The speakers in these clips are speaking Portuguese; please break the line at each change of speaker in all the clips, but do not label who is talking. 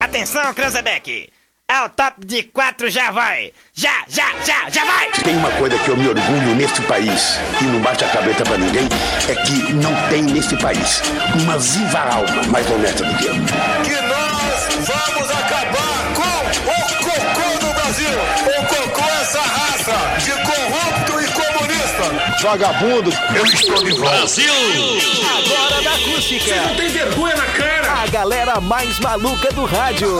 Atenção, Cranzebeck. É o top de 4, já vai. Já vai.
Tem uma coisa que eu me orgulho neste país, e não bate a cabeça pra ninguém, é que não tem neste país uma viva alma mais honesta do que eu.
Que nós vamos acabar com o cocô do Brasil. O cocô é essa raça de corrupto e comunista.
Vagabundo, eu estou de volta.
Brasil!
Agora da acústica.
Você não tem vergonha na cara.
A galera mais maluca do rádio.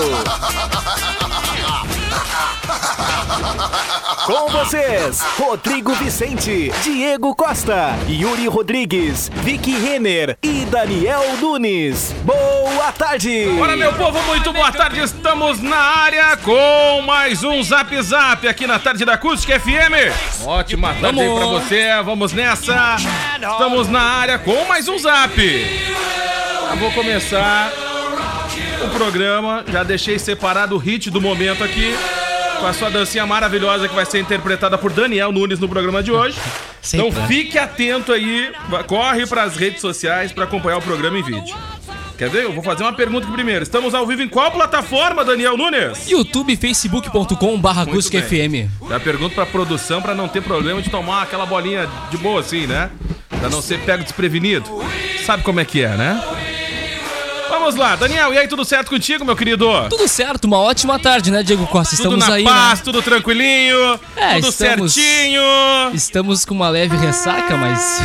Com vocês, Rodrigo Vicente, Diego Costa, Yuri Rodrigues, Vicky Renner e Daniel Nunes. Boa tarde!
Olá, meu povo, muito boa tarde. Estamos na área com mais um Zap Zap aqui na tarde da Acústica FM. Ótima tarde aí pra você, vamos nessa. Estamos na área com mais um Zap. Eu vou começar o programa, já deixei separado o hit do momento aqui, com a sua dancinha maravilhosa que vai ser interpretada por Daniel Nunes no programa de hoje. Então fique atento aí, corre pras redes sociais pra acompanhar o programa em vídeo. Quer ver? Eu vou fazer uma pergunta aqui primeiro. Estamos ao vivo em qual plataforma, Daniel Nunes?
YouTube, facebook.com/acústicafm.
Já pergunto pra produção pra não ter problema de tomar aquela bolinha de boa assim, né? Pra não ser pego desprevenido. Sabe como é que é, né? Vamos lá, Daniel, e aí, tudo certo contigo, meu querido?
Tudo certo, uma ótima tarde, né, Diego Costa?
Tudo
Estamos
na
aí,
paz,
né?
tudo tranquilinho, tudo certinho.
Estamos com uma leve ressaca, mas...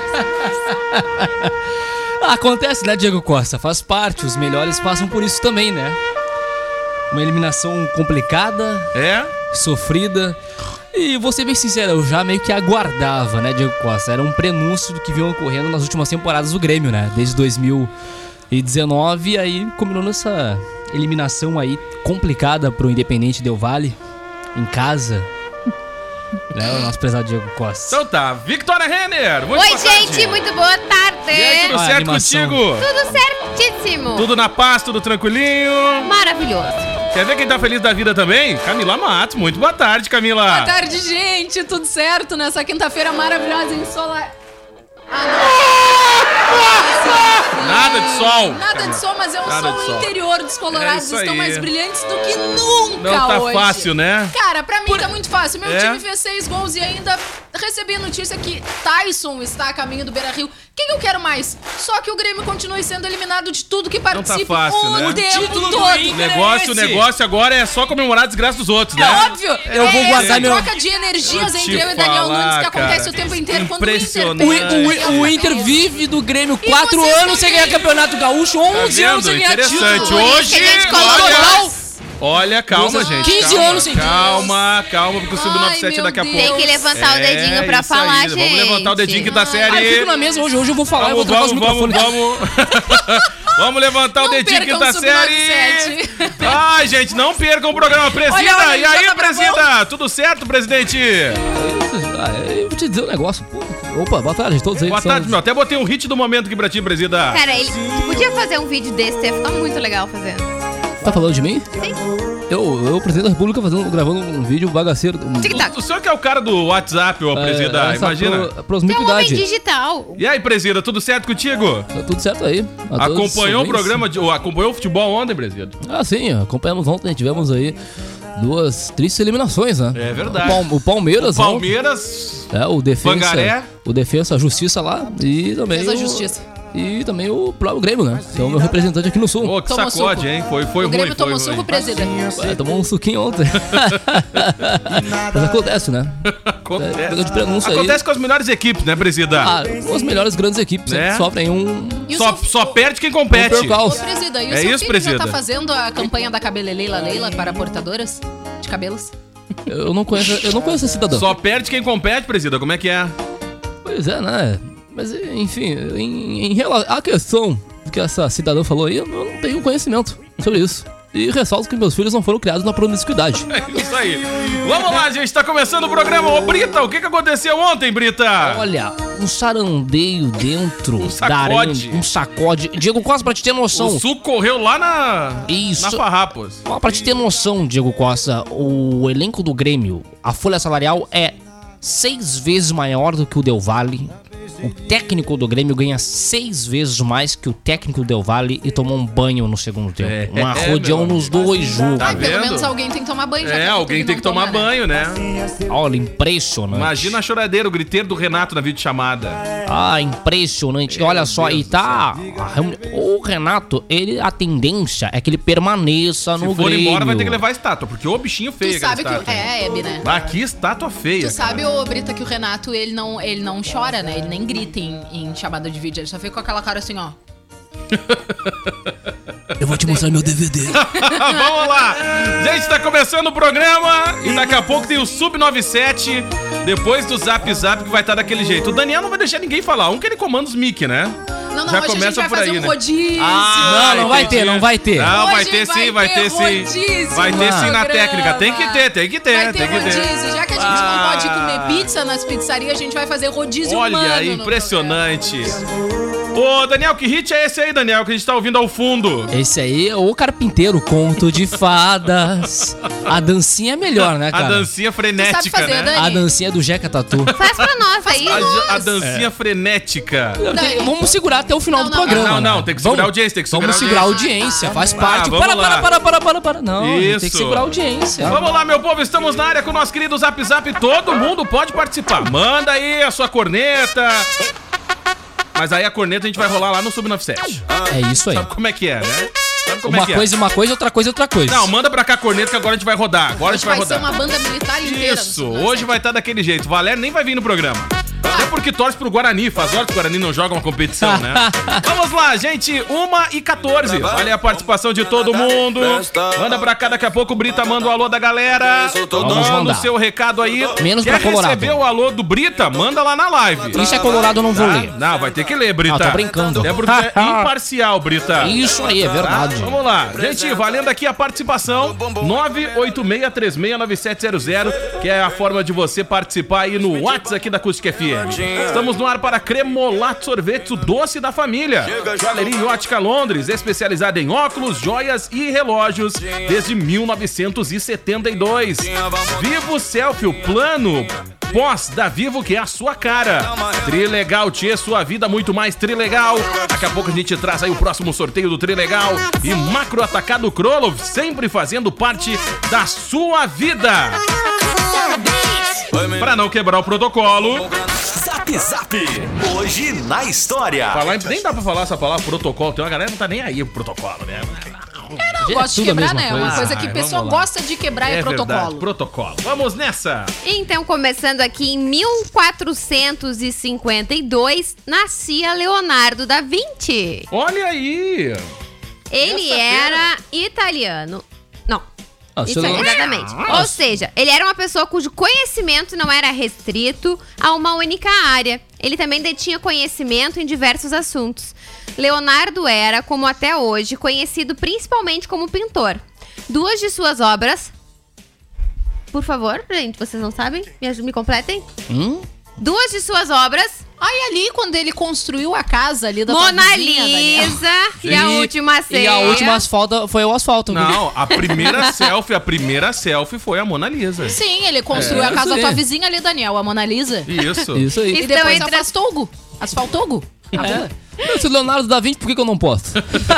Acontece, né, Diego Costa? Faz parte, os melhores passam por isso também, né? Uma eliminação complicada, sofrida. E vou ser bem sincero, eu já meio que aguardava, né, Diego Costa? Era um prenúncio do que vinha ocorrendo nas últimas temporadas do Grêmio, né? Desde 2019, aí combinou nessa eliminação aí complicada pro Independente Del Valle, em casa, né, o nosso prezado Diego Costa.
Então tá, Victoria Renner, muito
Oi,
boa tarde.
gente, muito boa tarde.
E aí, tudo certo contigo?
Tudo certíssimo.
Tudo na paz, tudo tranquilinho?
Maravilhoso.
Quer ver quem tá feliz da vida também? Camila Matos, muito boa tarde, Camila.
Boa tarde, gente, tudo certo nessa quinta-feira maravilhosa, ensolarada.
Nada de sol.
Nada de sol, mas é um
Nada de
sol
sol.
interior dos colorados,
É isso
estão
aí.
mais brilhantes do que nunca
Não tá
hoje.
fácil, né?
Cara, pra mim tá muito fácil. Meu
É?
time fez 6 gols e ainda recebi a notícia que Tyson está a caminho do Beira-Rio. O que eu quero mais? Só que o Grêmio continue sendo eliminado de tudo que participa
fácil,
o
né?
tempo todo.
O negócio agora é só comemorar a desgraça dos outros, né?
É óbvio.
Eu vou guardar meu...
troca de energias
Vou te
entre eu e Daniel
falar,
Nunes que acontece
cara.
o tempo inteiro quando o Inter
Impressionante.
O Inter vive do Grêmio
E
4
vocês
anos sem ganhar campeonato gaúcho, 11 anos sem ganhar título.
Interessante.
Por isso
Hoje,
que a gente colocou
olha, calma,
Nossa,
gente.
15
calma,
anos sem
calma, porque o Sub-97
meu
daqui a
Deus.
pouco.
Tem que levantar o dedinho pra
isso
falar,
aí.
gente.
Vamos levantar o dedinho que tá
Ah, eu
série.
fico na mesa hoje eu vou falar, eu vou trocar os microfones.
Vamos levantar o dedinho que tá série. Ai, gente, não percam o programa. Presida,
Olha,
e aí,
já tá
presida? Tudo certo, presidente?
Eu vou te dizer um negócio. Opa, boa tarde a todos aí.
Boa tarde, meu. Até botei um hit do momento aqui pra ti, presida.
Cara, tu podia fazer um vídeo desse, ia ficar muito legal fazendo.
Tá falando de mim?
Sim.
Eu, presidente da República, gravando um vídeo bagaceiro.
Tic-tac.
O senhor que é o cara do WhatsApp, ô presida, imagina.
Pros
Tu é um homem
micro-idade.
digital.
E aí, presida, tudo certo contigo?
Tá tudo certo aí. A todos
Acompanhou o
ouvintes.
programa, acompanhou o futebol ontem, presida?
Ah, sim, acompanhamos ontem, tivemos aí 2 tristes eliminações, né?
É verdade.
O Palmeiras,
Palmeiras,
o Defensa,
Vangaré.
o Defensa, a Justiça lá e também
Fez a justiça.
E também o próprio Grêmio, né? Que é o meu representante aqui no Sul.
Pô, que
Tomou
sacode,
suco.
hein? Foi
O
ruim,
Grêmio tomou
foi
suco,
ruim.
presidente.
Ué, tomou um suquinho ontem. Mas acontece, né? Pegou de prenúncia
Acontece com as melhores equipes, né, presida?
As melhores grandes equipes
Né?
sofrem um
E o
Só perde quem compete.
Ô,
percalço.
presida, e o
É
seu
isso,
filho
presida?
já tá fazendo a campanha da Cabeleleila Leila para portadoras de cabelos?
Eu não conheço esse cidadão.
Só perde quem compete, presida. Como é que é?
Pois é, né? Mas, enfim, em relação à questão que essa cidadã falou aí, eu não tenho conhecimento sobre isso. E ressalto que meus filhos não foram criados na promiscuidade.
É isso aí. Vamos lá, gente. Tá começando o programa. Ô, Brita, o que aconteceu ontem, Brita?
Olha, um sarandeio dentro
Um
da arena.
sacode.
Um sacode. Diego Costa, pra te ter noção.
O suco correu lá na
Isso.
Farrapos.
Ó, pra te ter noção, Diego Costa, o elenco do Grêmio, a folha salarial é 6 vezes maior do que o Del Valle. O técnico do Grêmio ganha 6 vezes mais que o técnico do Del Valle e tomou um banho no segundo tempo. Um arrodeão nos dois jogos.
Tá
Pelo
vendo?
menos alguém tem que tomar banho. Já que
Alguém tem que tomar banho, né?
Olha, impressionante.
Imagina a choradeira, o griteiro do Renato na videochamada.
Impressionante. Olha só, e tá... O Renato, a tendência é que ele permaneça no Grêmio.
Se for embora, vai ter que levar a estátua, porque o bichinho feio.
Tu sabe que... Hebe, né?
Aqui, estátua feia.
Tu sabe, ô Brita, que o Renato, ele não chora, né? Ele nem grita em chamada de vídeo. Ele só fica com aquela cara assim, ó.
Eu vou te mostrar meu DVD.
Vamos lá. Gente, tá começando o programa e daqui a pouco tem o Sub97, depois do Zap Zap, que vai estar daquele jeito. O Daniel não vai deixar ninguém falar. Que ele comanda os mic, né?
Não,
já
hoje
começa
a gente vai
por
fazer
aí,
um
né?
rodízio.
Não vai ter.
Não,
Hoje
vai ter sim, vai ter sim.
rodízio
Vai ter sim na
no
técnica. Tem que ter.
Vai ter rodízio. Já que a gente não pode comer pizza nas pizzarias, a gente vai fazer rodízio humano.
Olha, impressionante. Ô, Daniel, que hit é esse aí, Daniel, que a gente tá ouvindo ao fundo?
Esse aí é o Carpinteiro, Conto de Fadas. A dancinha é melhor, né, cara?
A dancinha frenética,
sabe fazer,
né?
Dani?
A dancinha do Jeca Tatu.
Faz pra nós aí.
A dancinha frenética.
Vamos segurar até o final do programa.
Não, tem que segurar a audiência,
Vamos segurar a audiência, faz parte.
vamos lá.
Para. Não,
Isso.
tem que segurar a audiência.
Vamos lá, meu povo, estamos na área com o nosso querido Zap Zap. Todo mundo pode participar. Manda aí a sua corneta. Mas aí a corneta a gente vai rolar lá no Sub97.
É isso aí.
Sabe como é que é, né?
Uma coisa, outra coisa.
Não, manda pra cá a corneta que agora a gente vai rodar. Agora a gente vai rodar.
Vai ser uma banda militar inteira.
Isso, hoje vai estar daquele jeito. O Valério nem vai vir no programa. Até porque torce pro Guarani. Faz horas que o Guarani não joga uma competição, né? Vamos lá, gente. 1h14. Olha a participação de todo mundo. Manda pra cá, daqui a pouco o Brita manda o alô da galera. Manda o seu recado aí.
Menos
Quer
pra Colorado.
receber o alô do Brita? Manda lá na live.
Isso é Colorado, eu não vou ler.
Não, vai ter que ler, Brita.
Tô brincando.
É porque é imparcial, Brita.
Isso aí, é verdade.
Vamos lá, gente, valendo aqui a participação 986369700, que é a forma de você participar aí no WhatsApp aqui da Acústica FM. Estamos no ar para Cremolato Sorvetes, o doce da família. Galeria Ótica Londres, especializada em óculos, joias e relógios desde 1972. Vivo Selfie, o plano pós da Vivo, que é a sua cara. Trilegal, tchê, sua vida muito mais Trilegal. Daqui a pouco a gente traz aí o próximo sorteio do Trilegal. E Macro Atacado Krolov, sempre fazendo parte da sua vida. Para não quebrar o protocolo.
Zap Zap, hoje na história.
Nem dá pra falar essa palavra protocolo, tem uma galera que não tá nem aí pro protocolo, né?
Eu não gosto de quebrar, né? Uma coisa que a pessoa gosta de quebrar é protocolo.
Verdade, protocolo. Vamos nessa.
Então, começando aqui em 1452, nascia Leonardo da Vinci.
Olha aí.
Ele era italiano. Não. Isso aí, exatamente. Ou seja, ele era uma pessoa cujo conhecimento não era restrito a uma única área. Ele também detinha conhecimento em diversos assuntos. Leonardo era, como até hoje, conhecido principalmente como pintor. Duas de suas obras... Por favor, gente, vocês não sabem? Me completem? Duas de suas obras...
Aí ali, quando ele construiu a casa ali da
Mona Lisa e a última ceia.
E a última asfalto foi o asfalto.
Não, a primeira selfie foi a Mona Lisa.
Sim, ele construiu a casa da tua vizinha ali, Daniel, a Mona Lisa.
Isso
aí.
E depois asfaltou.
Se o Leonardo da Vinci, por que eu não posso?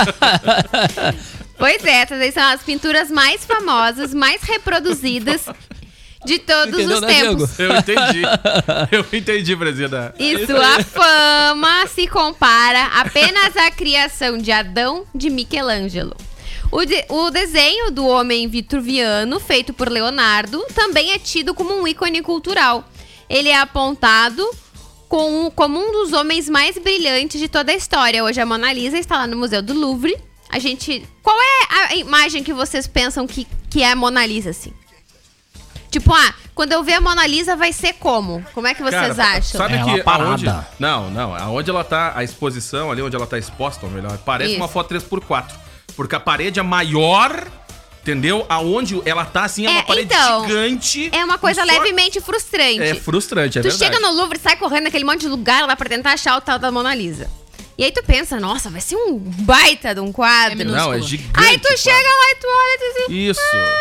Pois é, essas aí são as pinturas mais famosas, mais reproduzidas de todos os tempos.
Eu entendi, presidente.
E sua fama se compara apenas à criação de Adão de Michelangelo. O desenho do homem vitruviano, feito por Leonardo, também é tido como um ícone cultural. Ele é apontado como um dos homens mais brilhantes de toda a história. Hoje a Mona Lisa está lá no Museu do Louvre. Qual é a imagem que vocês pensam que é a Mona Lisa, assim? Tipo, quando eu ver a Mona Lisa vai ser como? Como é que vocês acham?
Sabe
uma
que
parada.
Aonde ela tá, a exposição, ali onde ela tá exposta, ou melhor, parece uma foto 3x4. Porque a parede é maior, entendeu? Aonde ela tá, assim, é uma parede gigante.
É uma coisa levemente frustrante.
É frustrante, é verdade.
Tu chega no Louvre, sai correndo naquele monte de lugar lá pra tentar achar o tal da Mona Lisa. E aí tu pensa, nossa, vai ser um baita de um quadro.
Não, é gigante.
Aí tu chega lá e tu olha e diz assim...
Isso.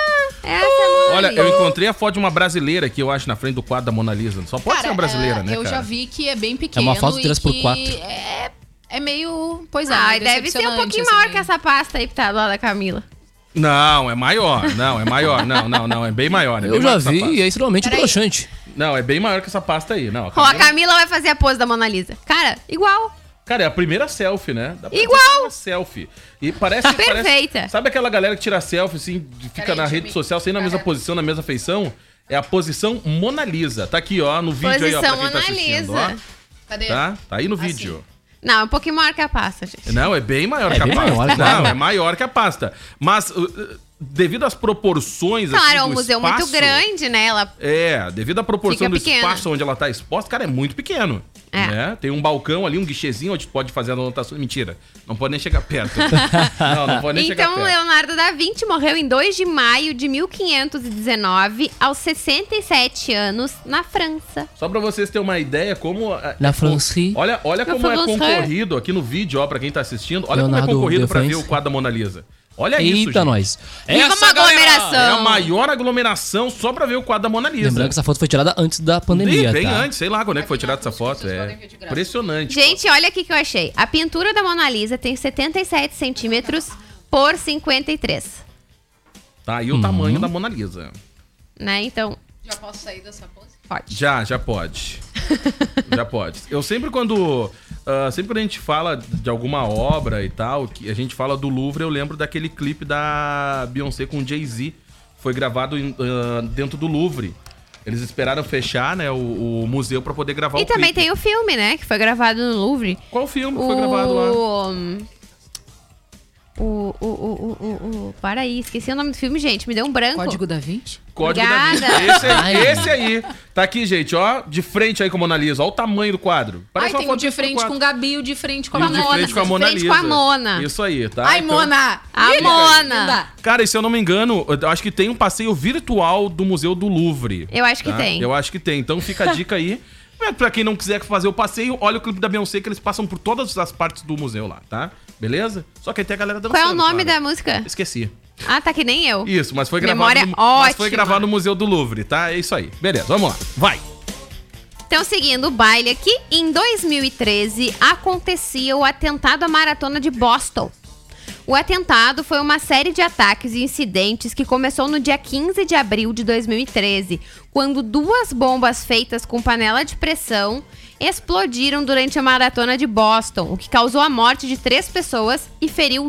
Essa é a Mona
Olha,
Lisa.
eu encontrei a foto de uma brasileira aqui, eu acho, na frente do quadro da Mona Lisa. Só pode ser uma brasileira, né,
Eu
cara?
já vi que é bem pequeno.
É uma foto
e
3x4.
que É meio... Pois é,
Ai, deve ser um
decepcionante,
pouquinho
assim,
maior
meio-
que essa pasta aí que tá lá da Camila.
Não, é maior. Não, é maior. Não, é bem maior. É bem
Eu já
maior que essa
vi
pasta.
e é extremamente
Peraí.
broxante.
Não, é bem maior que essa pasta aí. Não,
Ó, a Camila vai fazer a pose da Mona Lisa. Cara, igual.
Cara, é a primeira selfie, né? Dá pra
Igual!
dizer que é uma selfie. E parece...
Perfeita.
Sabe aquela galera que tira selfie, assim, fica
Peraí,
na
deixa
rede
eu
social, sem na mesma posição, na mesma feição? É a posição Mona Lisa. Tá aqui, ó, no vídeo aí, ó, pra
Posição
quem tá
Mona
assistindo,
Lisa.
ó.
Cadê?
Tá aí no vídeo.
Não, é um pouquinho maior que a pasta, gente.
Não, é bem maior que a
bem
pasta.
maior,
Não,
claro.
é maior que a pasta. Mas, devido às proporções,
Claro,
assim,
é um
do
museu
espaço,
muito grande, né? Ela...
É, devido à proporção
Fica
do
pequena.
espaço onde ela tá exposta, cara, é muito pequeno.
É.
Né? Tem um balcão ali, um guichezinho onde tu pode fazer a anotação. Mentira, não pode nem chegar perto. não pode nem chegar
Então,
perto.
Leonardo da Vinci morreu em 2 de maio de 1519, aos 67 anos, na França.
Só pra vocês terem uma ideia como...
La France.
Olha como é
France.
concorrido aqui no vídeo, ó, pra quem tá assistindo. Olha como é
Leonardo
concorrido
de
pra ver
France.
o quadro da Mona Lisa. Olha isso,
Eita,
gente.
nós.
Viva uma aglomeração!
É a maior aglomeração só pra ver o quadro da Mona Lisa.
Lembrando que essa foto foi tirada antes da pandemia,
Bem
tá?
antes, sei lá quando é que foi tirada essa foto. É impressionante.
Gente, olha aqui que eu achei. A pintura da Mona Lisa tem 77 centímetros por 53.
Tá aí o tamanho da Mona Lisa.
Né? Então,
Já posso sair dessa pose?
pode.
Já pode. Já pode. Eu sempre quando a gente fala de alguma obra e tal, que a gente fala do Louvre, eu lembro daquele clipe da Beyoncé com Jay-Z. Foi gravado dentro do Louvre. Eles esperaram fechar, né, o museu pra poder gravar
E
o
também
clipe.
tem o filme, né? Que foi gravado no Louvre.
Qual filme que foi gravado lá?
Para aí, esqueci o nome do filme, gente. Me deu um branco.
Código da Vinci?
Código da Vinci.
Obrigada.
Esse aí. Tá aqui, gente, ó, de frente aí com a Mona Lisa. Ó o tamanho do quadro.
Ai,
uma
tem
foto
um de frente
quadro.
com o Gabi e o de frente com a
E o de
Mona.
frente com a Mona
frente
Lisa.
com a Mona.
Isso aí, tá?
Ai,
Então-
Mona!
A
Ih,
Mona.
linda.
Cara, e se eu não me engano, eu acho que tem um passeio virtual do Museu do Louvre.
Eu acho que
tá?
tem.
Eu acho que tem. Então fica a dica aí. Pra quem não quiser fazer o passeio, olha o clipe da Beyoncé que eles passam por todas as partes do museu lá, tá? Beleza? Só que aí tem a galera dançando.
Qual é o nome
claro.
da música?
Esqueci.
Ah, tá que nem eu.
Isso, mas foi
Memória
gravado mas foi
ótima.
gravado no Museu do Louvre, tá? É isso aí. Beleza, vamos lá. Vai.
Então, seguindo o baile aqui, em 2013 acontecia o atentado à maratona de Boston. O atentado foi uma série de ataques e incidentes que começou no dia 15 de abril de 2013, quando 2 bombas feitas com panela de pressão explodiram durante a maratona de Boston, o que causou a morte de 3 pessoas e feriu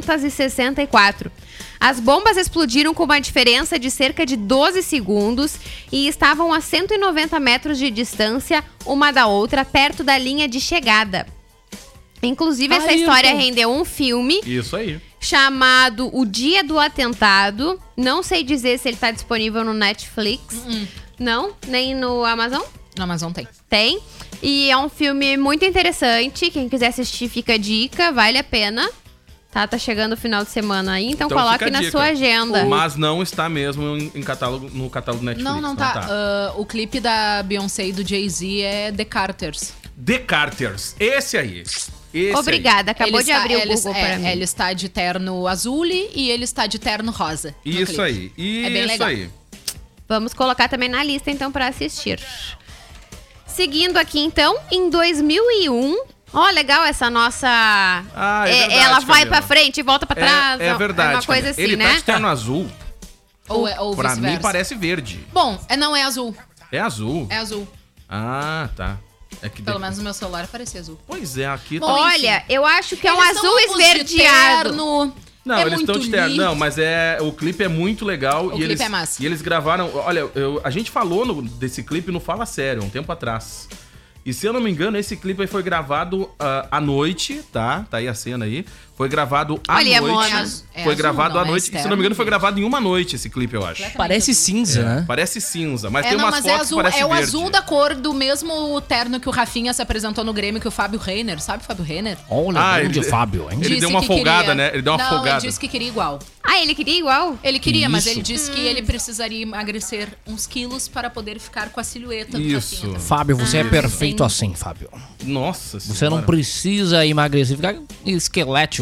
264. As bombas explodiram com uma diferença de cerca de 12 segundos e estavam a 190 metros de distância uma da outra, perto da linha de chegada. Inclusive, essa história rendeu um filme
Isso aí.
chamado O Dia do Atentado. Não sei dizer se ele tá disponível no Netflix. Não? Nem no Amazon?
No Amazon tem.
Tem. E é um filme muito interessante. Quem quiser assistir, fica a dica. Vale a pena. Tá chegando o final de semana aí, então
Então
coloque
fica a
na
dica.
sua agenda.
Mas não está mesmo em catálogo, no catálogo Netflix.
Não tá. O clipe da Beyoncé e do Jay-Z é The Carters.
The Carters. Esse aí. Esse
Obrigada, acabou
Ele
de
está-
abrir o
ele-
Google pra mim.
Ele está de terno azul e ele está de terno rosa. no
Isso
clipe.
aí. Isso
É bem legal.
aí.
Vamos colocar também na lista, então, pra assistir. Seguindo aqui, então, em 2001... Ó, legal essa nossa...
Ah, é verdade,
ela vai
Camila.
pra frente e volta pra trás.
É verdade.
É uma coisa
Camila.
assim,
Ele
né?
tá de terno azul.
Ou
Pra mim
vice-versa.
parece verde.
Bom, não é azul.
É azul.
É azul.
Ah, tá. É que
Pelo menos no meu celular parecia azul.
Pois é, aqui
Bom,
tá...
Olha, eu acho que é um
Eles são
azul
ambos de
esverdeado.
terno.
Não,
é
eles
muito
estão de terno.
lindo.
Não, mas o clipe é muito legal.
clipe
eles,
é massa.
E eles gravaram... Olha, a gente falou desse clipe no Fala Sério, um tempo atrás. E se eu não me engano, esse clipe aí foi gravado à noite, tá? Tá aí a cena aí. Foi gravado à
Olha,
noite.
Mona.
É
Foi
azul,
gravado
não
à
é
noite. E se
externo,
não me engano, foi
gente.
gravado em uma noite esse clipe, eu acho.
Parece cinza, né?
Parece cinza, mas
É,
tem
não,
umas
mas
fotos
é azul,
que parece
é o
verde.
azul da cor do mesmo terno que o Rafinha se apresentou no Grêmio, que o Fábio Reiner, sabe o Fábio Reiner?
Olha,
Ah,
grande
ele-
Fábio, hein?
Ele
Disse
deu uma
que
folgada,
queria-
né? Ele deu uma
não,
folgada.
ele disse que queria igual.
Ah, ele queria igual?
Ele queria, mas
Isso.
ele disse que ele precisaria emagrecer uns quilos para poder ficar com a silhueta do
Isso.
Rafinha.
Fábio, você é perfeito
sim.
assim, Fábio.
Nossa
Você não
senhora.
precisa emagrecer, ficar esquelético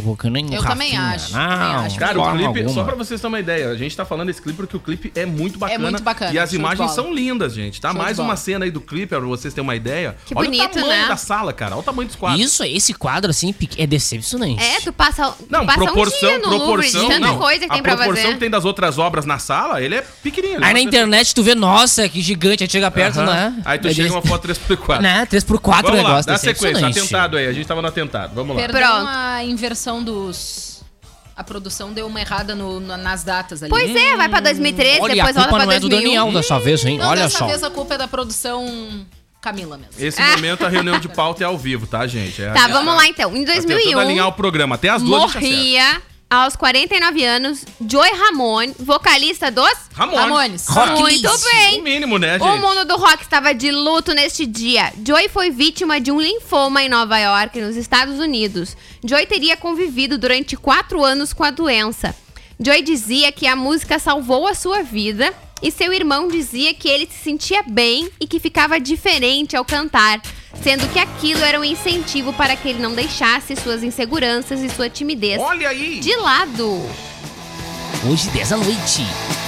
água que nem
Eu também acho.
Cara, o clipe, só pra vocês terem uma ideia, a gente tá falando desse clipe porque o clipe é muito bacana.
É muito bacana.
E as imagens são lindas, gente, tá? Mais uma cena aí do clipe, pra vocês terem uma ideia.
Que
olha
bonito,
o tamanho
né?
da sala, cara. Olha o tamanho dos quadros.
Isso, esse quadro, assim, é decepcionante.
Tu passa
Não,
proporção, um dia no Louvre, de tanta
não.
coisa que tem pra
A proporção
fazer.
que tem das outras obras na sala, ele é pequenininho.
Aí na internet tu vê, nossa, que gigante, aí chega perto, né?
Aí tu chega uma foto 3x4.
Né, 3x4 o
Vamos lá,
negócio,
dá sequência,
decepcionante.
atentado aí, a gente tava no atentado, vamos lá.
Perdão
Pronto.
a inversão dos... A produção deu uma errada nas datas ali.
Pois é, vai pra 2013,
Olha,
depois
a
volta
culpa
pra
não é do
2001.
Daniel dessa vez, hein?
Não,
Olha
dessa
só.
vez a culpa é da produção Camila mesmo.
Esse momento a reunião de pauta é ao vivo, tá, gente?
Tá, vamos lá então. Em
Tentando
2001,
alinhar o programa, até as duas a gente acerta.
morria aos 49 anos Joey Ramone, vocalista dos
Ramones.
Muito bem.
O mínimo, né, gente?
O mundo do rock estava de luto neste dia. Joey foi vítima de um linfoma em Nova York, nos Estados Unidos. Joey teria convivido durante 4 anos com a doença. Joey dizia que a música salvou a sua vida e seu irmão dizia que ele se sentia bem e que ficava diferente ao cantar, sendo que aquilo era um incentivo para que ele não deixasse suas inseguranças e sua timidez
Olha aí!
de lado.
Hoje, 10 da noite.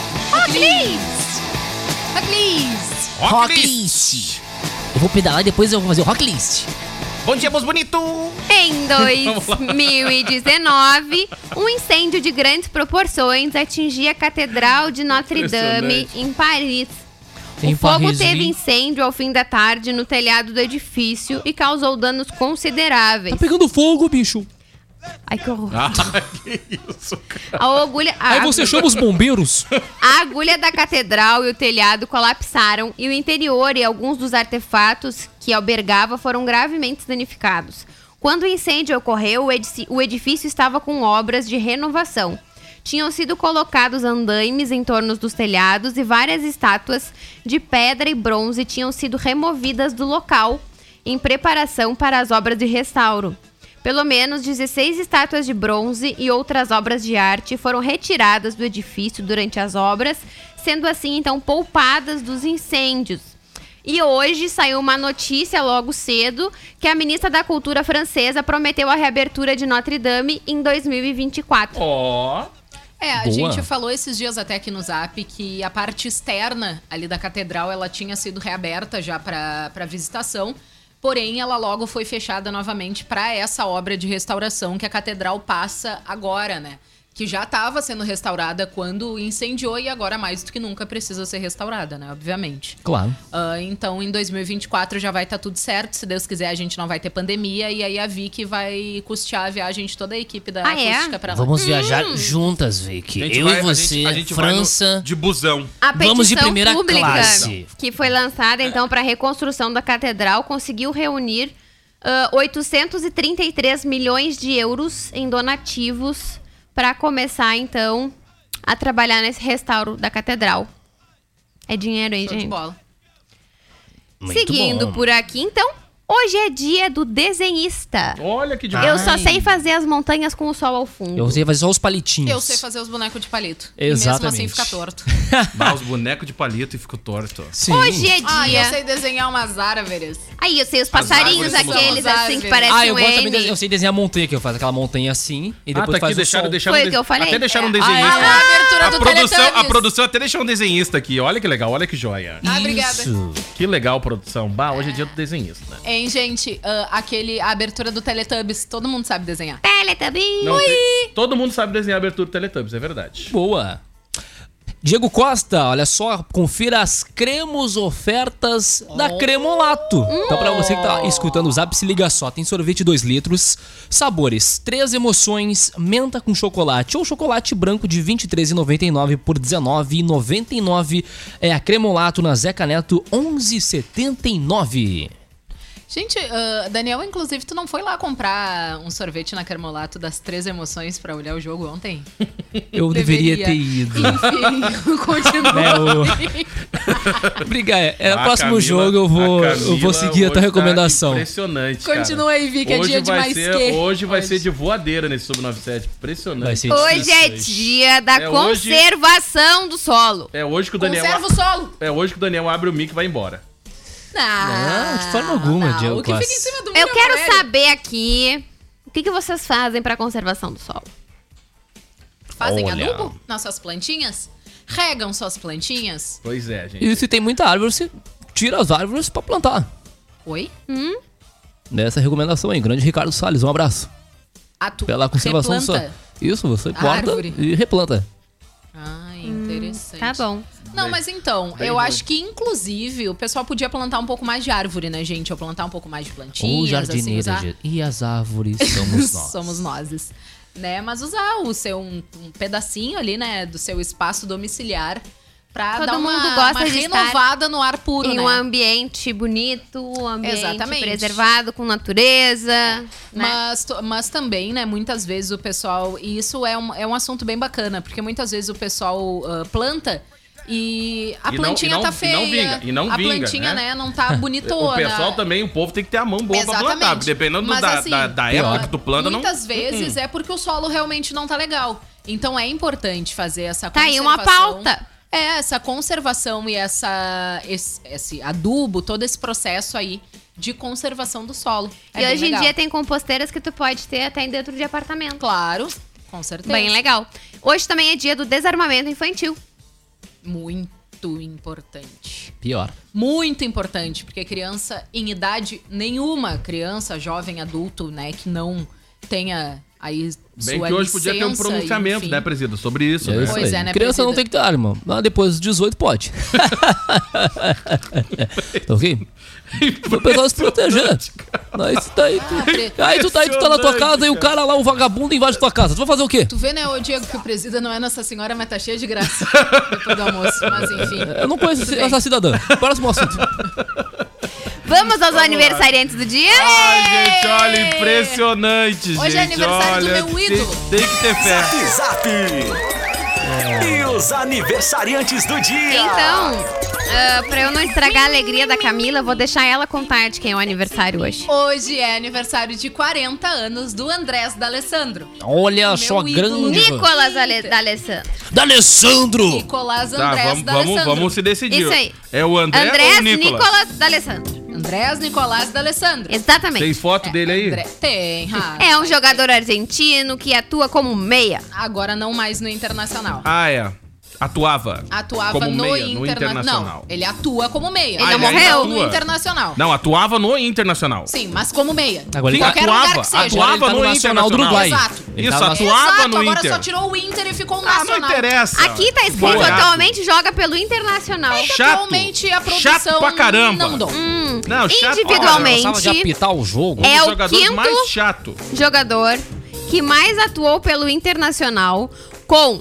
Rocklist. Eu vou pedalar e depois eu vou fazer o Rocklist.
Bom dia, meus bonitos!
Em 2019, um incêndio de grandes proporções atingia a Catedral de Notre-Dame, em Paris.
Em
O fogo
Paris,
teve
hein?
incêndio ao fim da tarde no telhado do edifício e causou danos consideráveis.
Tá pegando fogo, bicho.
Ai, que horror.
Ah, que isso, cara.
A agulha,
Aí você chama os bombeiros.
a agulha da catedral e o telhado colapsaram e o interior e alguns dos artefatos que albergava foram gravemente danificados. Quando o incêndio ocorreu, o edifício estava com obras de renovação. Tinham sido colocados andaimes em torno dos telhados e várias estátuas de pedra e bronze tinham sido removidas do local em preparação para as obras de restauro. Pelo menos 16 estátuas de bronze e outras obras de arte foram retiradas do edifício durante as obras, sendo assim então poupadas dos incêndios. E hoje saiu uma notícia logo cedo que a ministra da Cultura francesa prometeu a reabertura de Notre-Dame em 2024.
Ó.
A
Boa.
gente falou esses dias até aqui no Zap que a parte externa ali da catedral, ela tinha sido reaberta já para visitação. Porém, ela logo foi fechada novamente para essa obra de restauração que a catedral passa agora, né? Que já estava sendo restaurada quando incendiou e agora mais do que nunca precisa ser restaurada, né? Obviamente.
Claro.
Então, em 2024 já vai estar tudo certo. Se Deus quiser, a gente não vai ter pandemia. E aí a Vicky vai custear a viagem de toda a equipe da acústica pra lá.
Vamos viajar juntas, Vicky. Eu e você,
a gente vai
França.
de busão.
A
Vamos de
petição
primeira
pública
classe.
que foi lançada então para a reconstrução da catedral conseguiu reunir 833 milhões de euros em donativos para começar então a trabalhar nesse restauro da catedral. É dinheiro aí,
Show de
gente.
bola.
Muito
Seguindo
bom.
por aqui, então, hoje é dia do desenhista.
Olha que demais.
Eu só sei fazer as montanhas com o sol ao fundo.
Eu sei fazer só os palitinhos.
Eu sei fazer os bonecos de palito.
Exatamente.
E mesmo assim fica torto.
Dá os bonecos de palito e ficou torto.
Sim.
Hoje é
Ah,
dia...
eu sei desenhar umas árvores.
Aí, eu sei os passarinhos,
árvores
aqueles
são
assim que
árvores.
parecem
eu
um
gosto também
N.
eu sei desenhar montanha, que eu faço aquela montanha assim e depois
tá aqui,
faz o
deixaram,
sol.
deixaram
Foi o que eu falei.
Até deixaram um
Ah,
desenhista.
a abertura
A
do
produção,
Teletubbies.
a produção até deixou um desenhista aqui. Olha que legal, olha que joia.
Ah, obrigada.
Isso.
Que legal, produção. Bah, hoje é dia do desenhista, né?
Hein, gente? A abertura do Teletubbies, todo mundo sabe desenhar.
Teletubbies.
Não, todo mundo sabe desenhar a abertura do Teletubbies, é verdade.
Boa. Diego Costa, olha só, confira as cremos ofertas da Cremolato. Então, pra você que tá escutando o Zap, se liga só. Tem sorvete 2 litros, sabores 3 emoções, menta com chocolate ou chocolate branco de R$ 23,99 por R$ 19,99. É a Cremolato na Zeca Neto 1179.
Gente, Daniel, inclusive, tu não foi lá comprar um sorvete na Cremolato das 3 emoções pra olhar o jogo ontem?
Eu deveria ter ido.
Enfim, continua.
Obrigado.
A
Próximo
Camila-
jogo eu vou
Camila
seguir a tua
hoje
recomendação.
Tá impressionante, cara.
Continua aí, Vicky, é dia de mais que.
Hoje vai ser de voadeira nesse Sub-97. Impressionante.
Vai ser
Hoje é
difícil.
dia da
É hoje-
conservação do solo.
É hoje que o Daniel...
Conserva o solo.
É hoje que o Daniel abre o mic e vai embora.
Não, de forma alguma, Diego
O que fica em
Costa.
cima do muro
Eu
é o
quero
Valério.
saber aqui o que vocês fazem pra conservação do solo?
Fazem adubo nas suas plantinhas? Regam suas plantinhas?
Pois é, gente.
E se tem muita árvore, você tira as árvores pra plantar.
Oi?
Nessa recomendação aí, grande Ricardo Salles, um abraço. Pela conservação do solo. Isso, você corta e replanta.
Ah, interessante.
Tá bom.
Não, mas então, eu acho que inclusive o pessoal podia plantar um pouco mais de árvore, né, gente? Ou plantar um pouco mais de plantinhas.
O jardineiro,
assim,
e as árvores somos nós.
Somos nós. Né? Mas usar o seu um pedacinho ali, né, do seu espaço domiciliar pra dar uma renovada no ar puro,
em
né?
um ambiente bonito, um ambiente
Exatamente.
preservado, com natureza. Né?
Mas também, né, muitas vezes o pessoal... E isso é um assunto bem bacana, porque muitas vezes o pessoal planta e a plantinha tá feia.
E não vinga,
a plantinha, né, não tá bonitona.
O pessoal também, o povo tem que ter a mão boa pra plantar. Porque dependendo da época que tu planta,
muitas vezes é porque o solo realmente não tá legal. Então é importante fazer essa
conservação. Tá aí uma pauta.
Essa conservação e esse adubo, todo esse processo aí de conservação do solo.
E hoje em dia tem composteiras que tu pode ter até dentro de apartamento.
Claro, com certeza.
Bem legal. Hoje também é dia do desarmamento infantil.
Muito importante.
Pior.
Muito importante, porque criança em idade nenhuma, criança, jovem, adulto, né, que não tenha aí
bem que hoje podia ter um pronunciamento, né, presida, sobre isso. Né?
Pois é, né,
criança não tem que ter arma, mas depois dos 18 pode. Tá ok? O pessoal se proteger. Aí tu tá na tua casa e o cara lá, o vagabundo, invade tua casa. Tu vai fazer o quê?
Tu vê, né, ô Diego, que o presida não é Nossa Senhora, mas tá cheio de graça depois do almoço. Mas enfim.
Eu não conheço essa cidadã. Próximo assunto.
Vamos aos aniversariantes do dia?
Ai, gente, olha, impressionante, gente.
Hoje é aniversário do meu ídolo.
Tem que ter fé.
Zap! E os aniversariantes do dia?
Então, pra eu não estragar a alegria da Camila, vou deixar ela contar de quem é o aniversário hoje.
Hoje é aniversário de 40 anos do Andrés D'Alessandro.
Olha só, grande.
Nicolas D'Alessandro.
D'Alessandro!
Nicolas Andrés D'Alessandro.
Vamos se decidir.
Isso aí.
É o Andrés ou o
Nicolas D'Alessandro.
Andrés Nicolás D'Alessandro.
Exatamente.
Tem foto dele aí?
Tem, Rafa.
É um jogador argentino que atua como meia.
Agora não mais no Internacional.
Ah, é. Atuava
como
no
Internacional.
Não,
ele atua como meia.
Ele não morreu?
No Internacional.
Não, atuava no Internacional.
Sim, mas como meia.
Agora ele
atuava no
Nacional do Uruguai.
Exato.
Isso, atuava no
agora
Inter.
só tirou o Inter e ficou no Nacional.
Não interessa.
Aqui tá escrito atualmente joga pelo Internacional.
Atualmente a produção
chato pra caramba.
não mudou.
Não, chato.
Individualmente,
de apitar o jogo.
é o
jogador
quinto
mais chato
jogador que mais atuou pelo Internacional com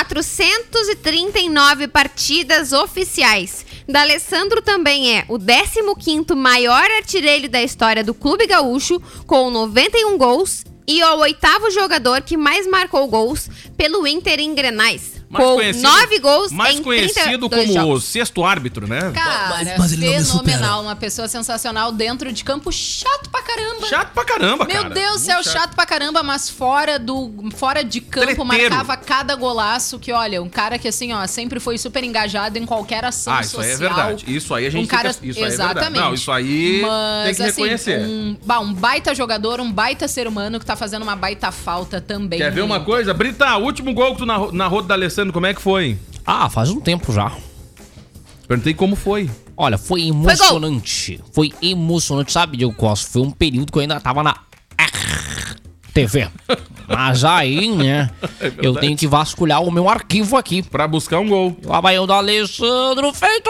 439 partidas oficiais. D'Alessandro também é o 15º maior artilheiro da história do clube gaúcho, com 91 gols, e é o 8º jogador que mais marcou gols pelo Inter em Grenais, com 9 gols
mais
em 32
conhecido como
jogos.
o sexto árbitro, né?
Cara,
mas ele não me supera.
fenomenal. Uma pessoa sensacional dentro de campo, chato pra caramba.
Chato pra caramba, cara.
Meu Deus do céu, chato pra caramba, mas fora de campo,
Treteiro.
marcava cada golaço. Que olha, um cara que assim, ó, sempre foi super engajado em qualquer ação social.
Isso aí é verdade. Isso aí a gente tem que... Isso
exatamente.
Aí é verdade. Não, isso aí
mas,
tem que reconhecer.
Um baita jogador, um baita ser humano que tá fazendo uma baita falta também.
Quer ver uma coisa? Brita, o último gol que tu narrou do D'Alessandro, como é que foi?
Ah, faz um tempo já.
Perguntei como foi.
Olha, foi emocionante. Foi emocionante, sabe, Diego Costa? Foi um período que eu ainda tava na TV. Mas aí, né, eu tenho que vasculhar o meu arquivo aqui.
Pra buscar um gol.
O Abaião do Alessandro feito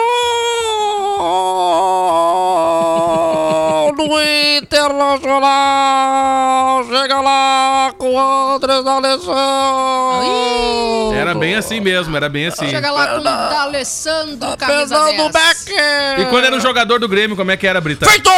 no Internacional. Chega lá com o Andrés D'Alessandro.
Era bem assim mesmo, era bem assim.
Chega lá com o D'Alessandro, camisa 10.
Becker.
E quando era um jogador do Grêmio, como é que era, Brita?
Feito!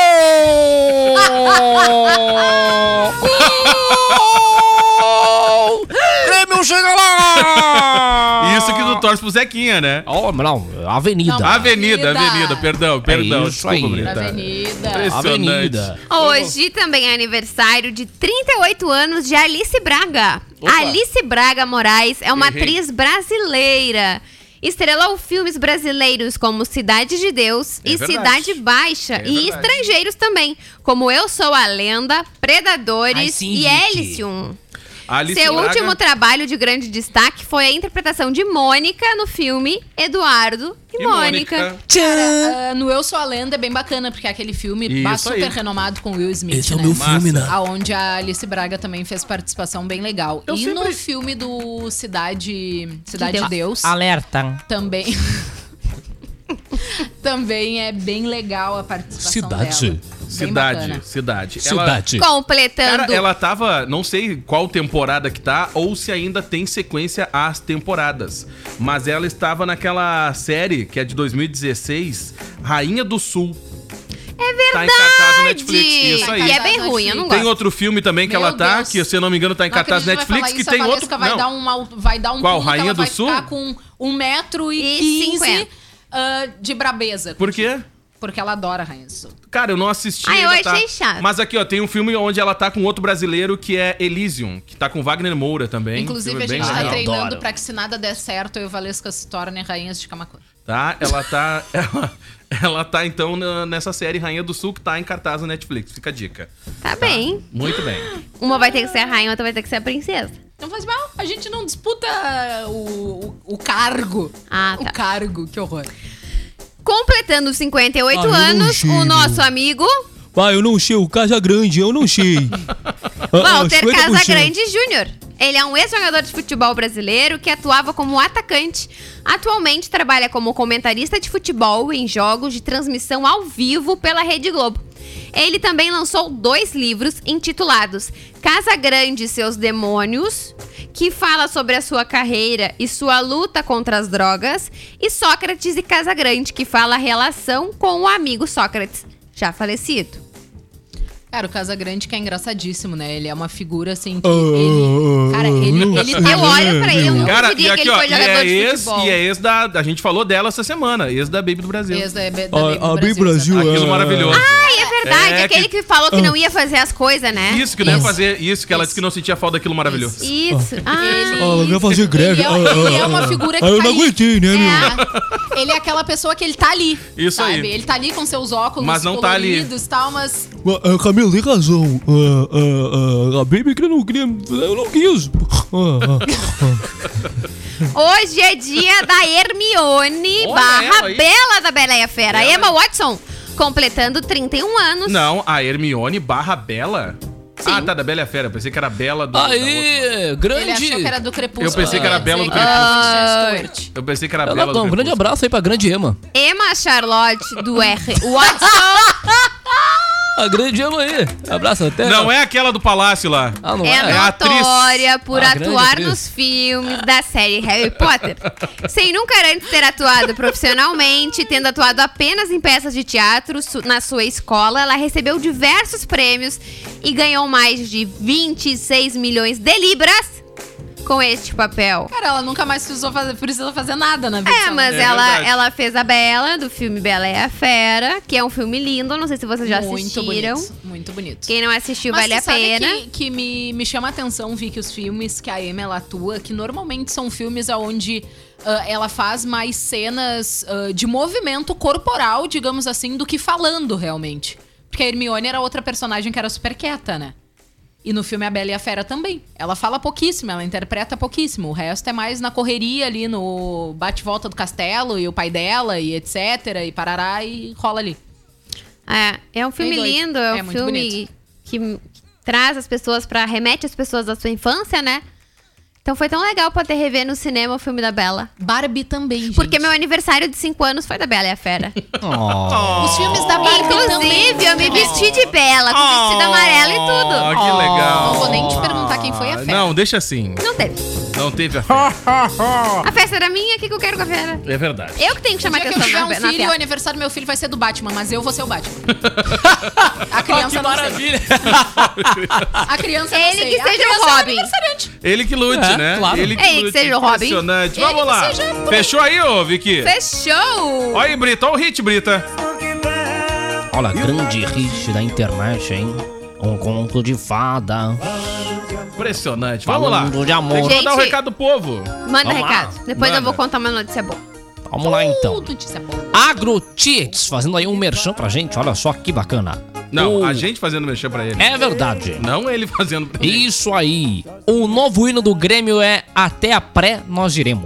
Grêmio, chega lá!
Isso que tu torce pro Zequinha, né?
Oh, não, Avenida.
Não,
Avenida, perdão.
isso aí.
Desculpa, Brita.
Avenida.
Avenida.
Hoje também é aniversário de 38 anos de Alice Braga.
Opa.
Alice Braga Moraes é uma
Errei.
atriz brasileira. Estrelou filmes brasileiros como Cidade de Deus e
verdade.
Cidade Baixa. E
verdade.
estrangeiros também, como Eu Sou a Lenda, Predadores
Ai, sim,
e
Vicky.
Elysium.
Alice
Seu
Braga-
último trabalho de grande destaque foi a interpretação de Mônica no filme Eduardo e Mônica.
No Eu Sou a Lenda é bem bacana, porque é aquele filme
Isso
super
aí.
renomado com Will Smith,
Esse é o
né?
meu filme, né?
Aonde a Alice Braga também fez participação bem legal.
Eu
E
sempre-
no filme do Cidade de
Deus.
Deus,
Alerta.
também... também é bem legal a participação dela. Bem bacana.
Cidade.
Cidade.
Completando.
Cara, ela tava, não sei qual temporada que tá, ou se ainda tem sequência às temporadas. Mas ela estava naquela série, que é de 2016, Rainha do Sul.
É verdade.
Tá em cartaz no Netflix. Isso aí.
E é bem ruim, eu não
Tem
gosto.
outro filme também que
Meu
ela tá,
Deus.
que se eu não me engano tá em
Não
cartaz no
acredito que vai
Netflix,
falar
que
isso,
tem
a
outro...
Valesca vai dar um
Qual?
pulo, que
Rainha
ela
do
vai
Sul?
ficar com 1,15
E 50.
de brabeza.
Por quê?
Porque ela adora a Rainha do Sul.
Cara, eu não assisti.
Ah, eu
ainda
achei chato.
Mas aqui, ó, tem um filme onde ela tá com outro brasileiro que é Elysium, que tá com Wagner Moura também.
Inclusive,
Filme
a
bem
gente tá
legal.
treinando pra que se nada der certo, eu e Valesca se tornem rainhas de Camacuã.
Tá? Ela tá. Ela tá, então, nessa série Rainha do Sul, que tá em cartaz na Netflix. Fica a dica.
Tá bem.
Muito bem.
Uma vai ter que ser a rainha, outra vai ter que ser a princesa.
Não faz mal, a gente não disputa o cargo.
Ah, tá.
O cargo, que horror.
Completando 58
Ah, eu não
anos,
chego.
o nosso amigo
Pai, eu não sei, o Casa Grande, eu não sei.
Walter
50%.
Casagrande Júnior. Ele é um ex-jogador de futebol brasileiro que atuava como atacante. Atualmente trabalha como comentarista de futebol em jogos de transmissão ao vivo pela Rede Globo. Ele também lançou 2 livros intitulados Casagrande e Seus Demônios, que fala sobre a sua carreira e sua luta contra as drogas, e Sócrates e Casagrande, que fala a relação com o amigo Sócrates, já falecido.
Cara, o Casagrande que é engraçadíssimo, né? Ele é uma figura assim que ele... Cara, ele tá...
Eu olho pra ele, eu não
Cara,
diria
e
que
aqui,
ele
ó,
foi jogador de futebol.
e é ex da... A gente falou dela essa semana, ex da Baby do Brasil.
Ex da Baby
A Baby
do
Brasil,
Aquilo maravilhoso.
Ai, é verdade,
É
aquele que falou que não ia fazer as coisas, né?
Isso, que não ia fazer. Isso, que ela disse que não sentia falta daquilo maravilhoso.
Isso.
Ela vai fazer greve.
Ele é uma figura que
eu
tá
não
ali.
aguentei, né, meu?
É, ele é aquela pessoa que ele tá ali.
Isso
sabe?
aí.
Ele tá ali com seus óculos
Mas não tá ali.
coloridos e tal, mas...
Camila, tem razão. A Baby que eu não queria. Eu não quis.
Hoje é dia da Hermione
Olha
barra
ela aí.
Bela da Bela e a Fera.
Ela.
Emma Watson, completando 31 anos.
Não, a Hermione barra Bela.
Sim.
Ah, tá, da Bela e a Fera. Eu pensei que era Bela do. da outra.
Aí, grande.
Ele achou que era do Crepúsculo.
Eu pensei que era Bela do
Crepúsculo.
Eu pensei que era
Ela
Bela
dá
do
um grande
Crepúsculo.
abraço aí pra grande Emma.
Emma Charlotte do R. Watson
A grande Emma aí. Abraço até.
Não é aquela do Palácio lá.
Ah, não
é
é?
a atriz.
notória por
Ah, grande
atuar
atriz.
nos filmes da série Harry Potter. Sem nunca antes ter atuado profissionalmente, tendo atuado apenas em peças de teatro na sua escola, ela recebeu diversos prêmios e ganhou mais de 26 milhões de libras com este papel.
Cara, ela nunca mais precisou fazer nada na vida.
É, mas
É
ela,
verdade.
ela fez a Bela, do filme Bela e a Fera, que é um filme lindo, não sei se vocês já
Muito
assistiram.
bonito, muito bonito.
Quem não assistiu,
Mas
vale a
tu sabe
pena.
que me chama a atenção, Vi, que os filmes que a Emma ela atua, que normalmente são filmes onde ela faz mais cenas de movimento corporal, digamos assim, do que falando realmente. Porque a Hermione era outra personagem que era super quieta, né? E no filme A Bela e a Fera também. Ela fala pouquíssimo, ela interpreta pouquíssimo. O resto é mais na correria ali, no bate-volta do castelo e o pai dela e etc. E parará e rola ali.
É um filme
Bem doido.
lindo, é um
muito
filme
bonito.
que traz as pessoas remete as pessoas da sua infância, né? Então foi tão legal poder rever no cinema o filme da Bela.
Barbie também, gente.
Porque meu aniversário de 5 anos foi da Bela e a Fera.
Os filmes da Barbie também.
Inclusive, eu me vesti de Bela, com vestido amarelo e tudo.
Oh, que legal.
Não vou nem te perguntar quem foi a festa.
Não, deixa assim.
Não teve.
Não teve a festa.
A festa era minha, o que eu quero com a Fera?
É verdade.
Eu que tenho que
O
chamar
dia que eu
atenção
tiver
na
um filho, o
festa.
aniversário do meu filho vai ser do Batman, mas eu vou ser o Batman. A criança
Que
não
maravilha.
sei. A criança não
Ele
sei.
que
A
seja o
criança é
Robin.
aniversariante.
Ele que lute,
É,
né?
claro.
Ele que
Ele que
lute.
seja o Robin.
Impressionante.
Ele
Vamos
que
lá.
seja por-
Fechou aí, ô, Vicky?
Fechou!
Olha aí, Brita. Olha o hit, Brita.
Olha, grande hit da internet, hein? Um conto de fada.
Impressionante. Vamos lá.
Falando de amor.
Tem que mandar o
Gente,
recado do povo.
Manda
Vamos lá.
recado. Depois eu
Manda.
vou contar uma notícia boa.
Vamos lá, então.
Notícia boa.
AgroTiets, fazendo aí um merchan pra gente. Olha só que bacana.
Não, a gente fazendo merchan pra ele.
É verdade.
Não ele fazendo pra ele.
Isso aí. O novo hino do Grêmio é Até a Pré Nós Iremos.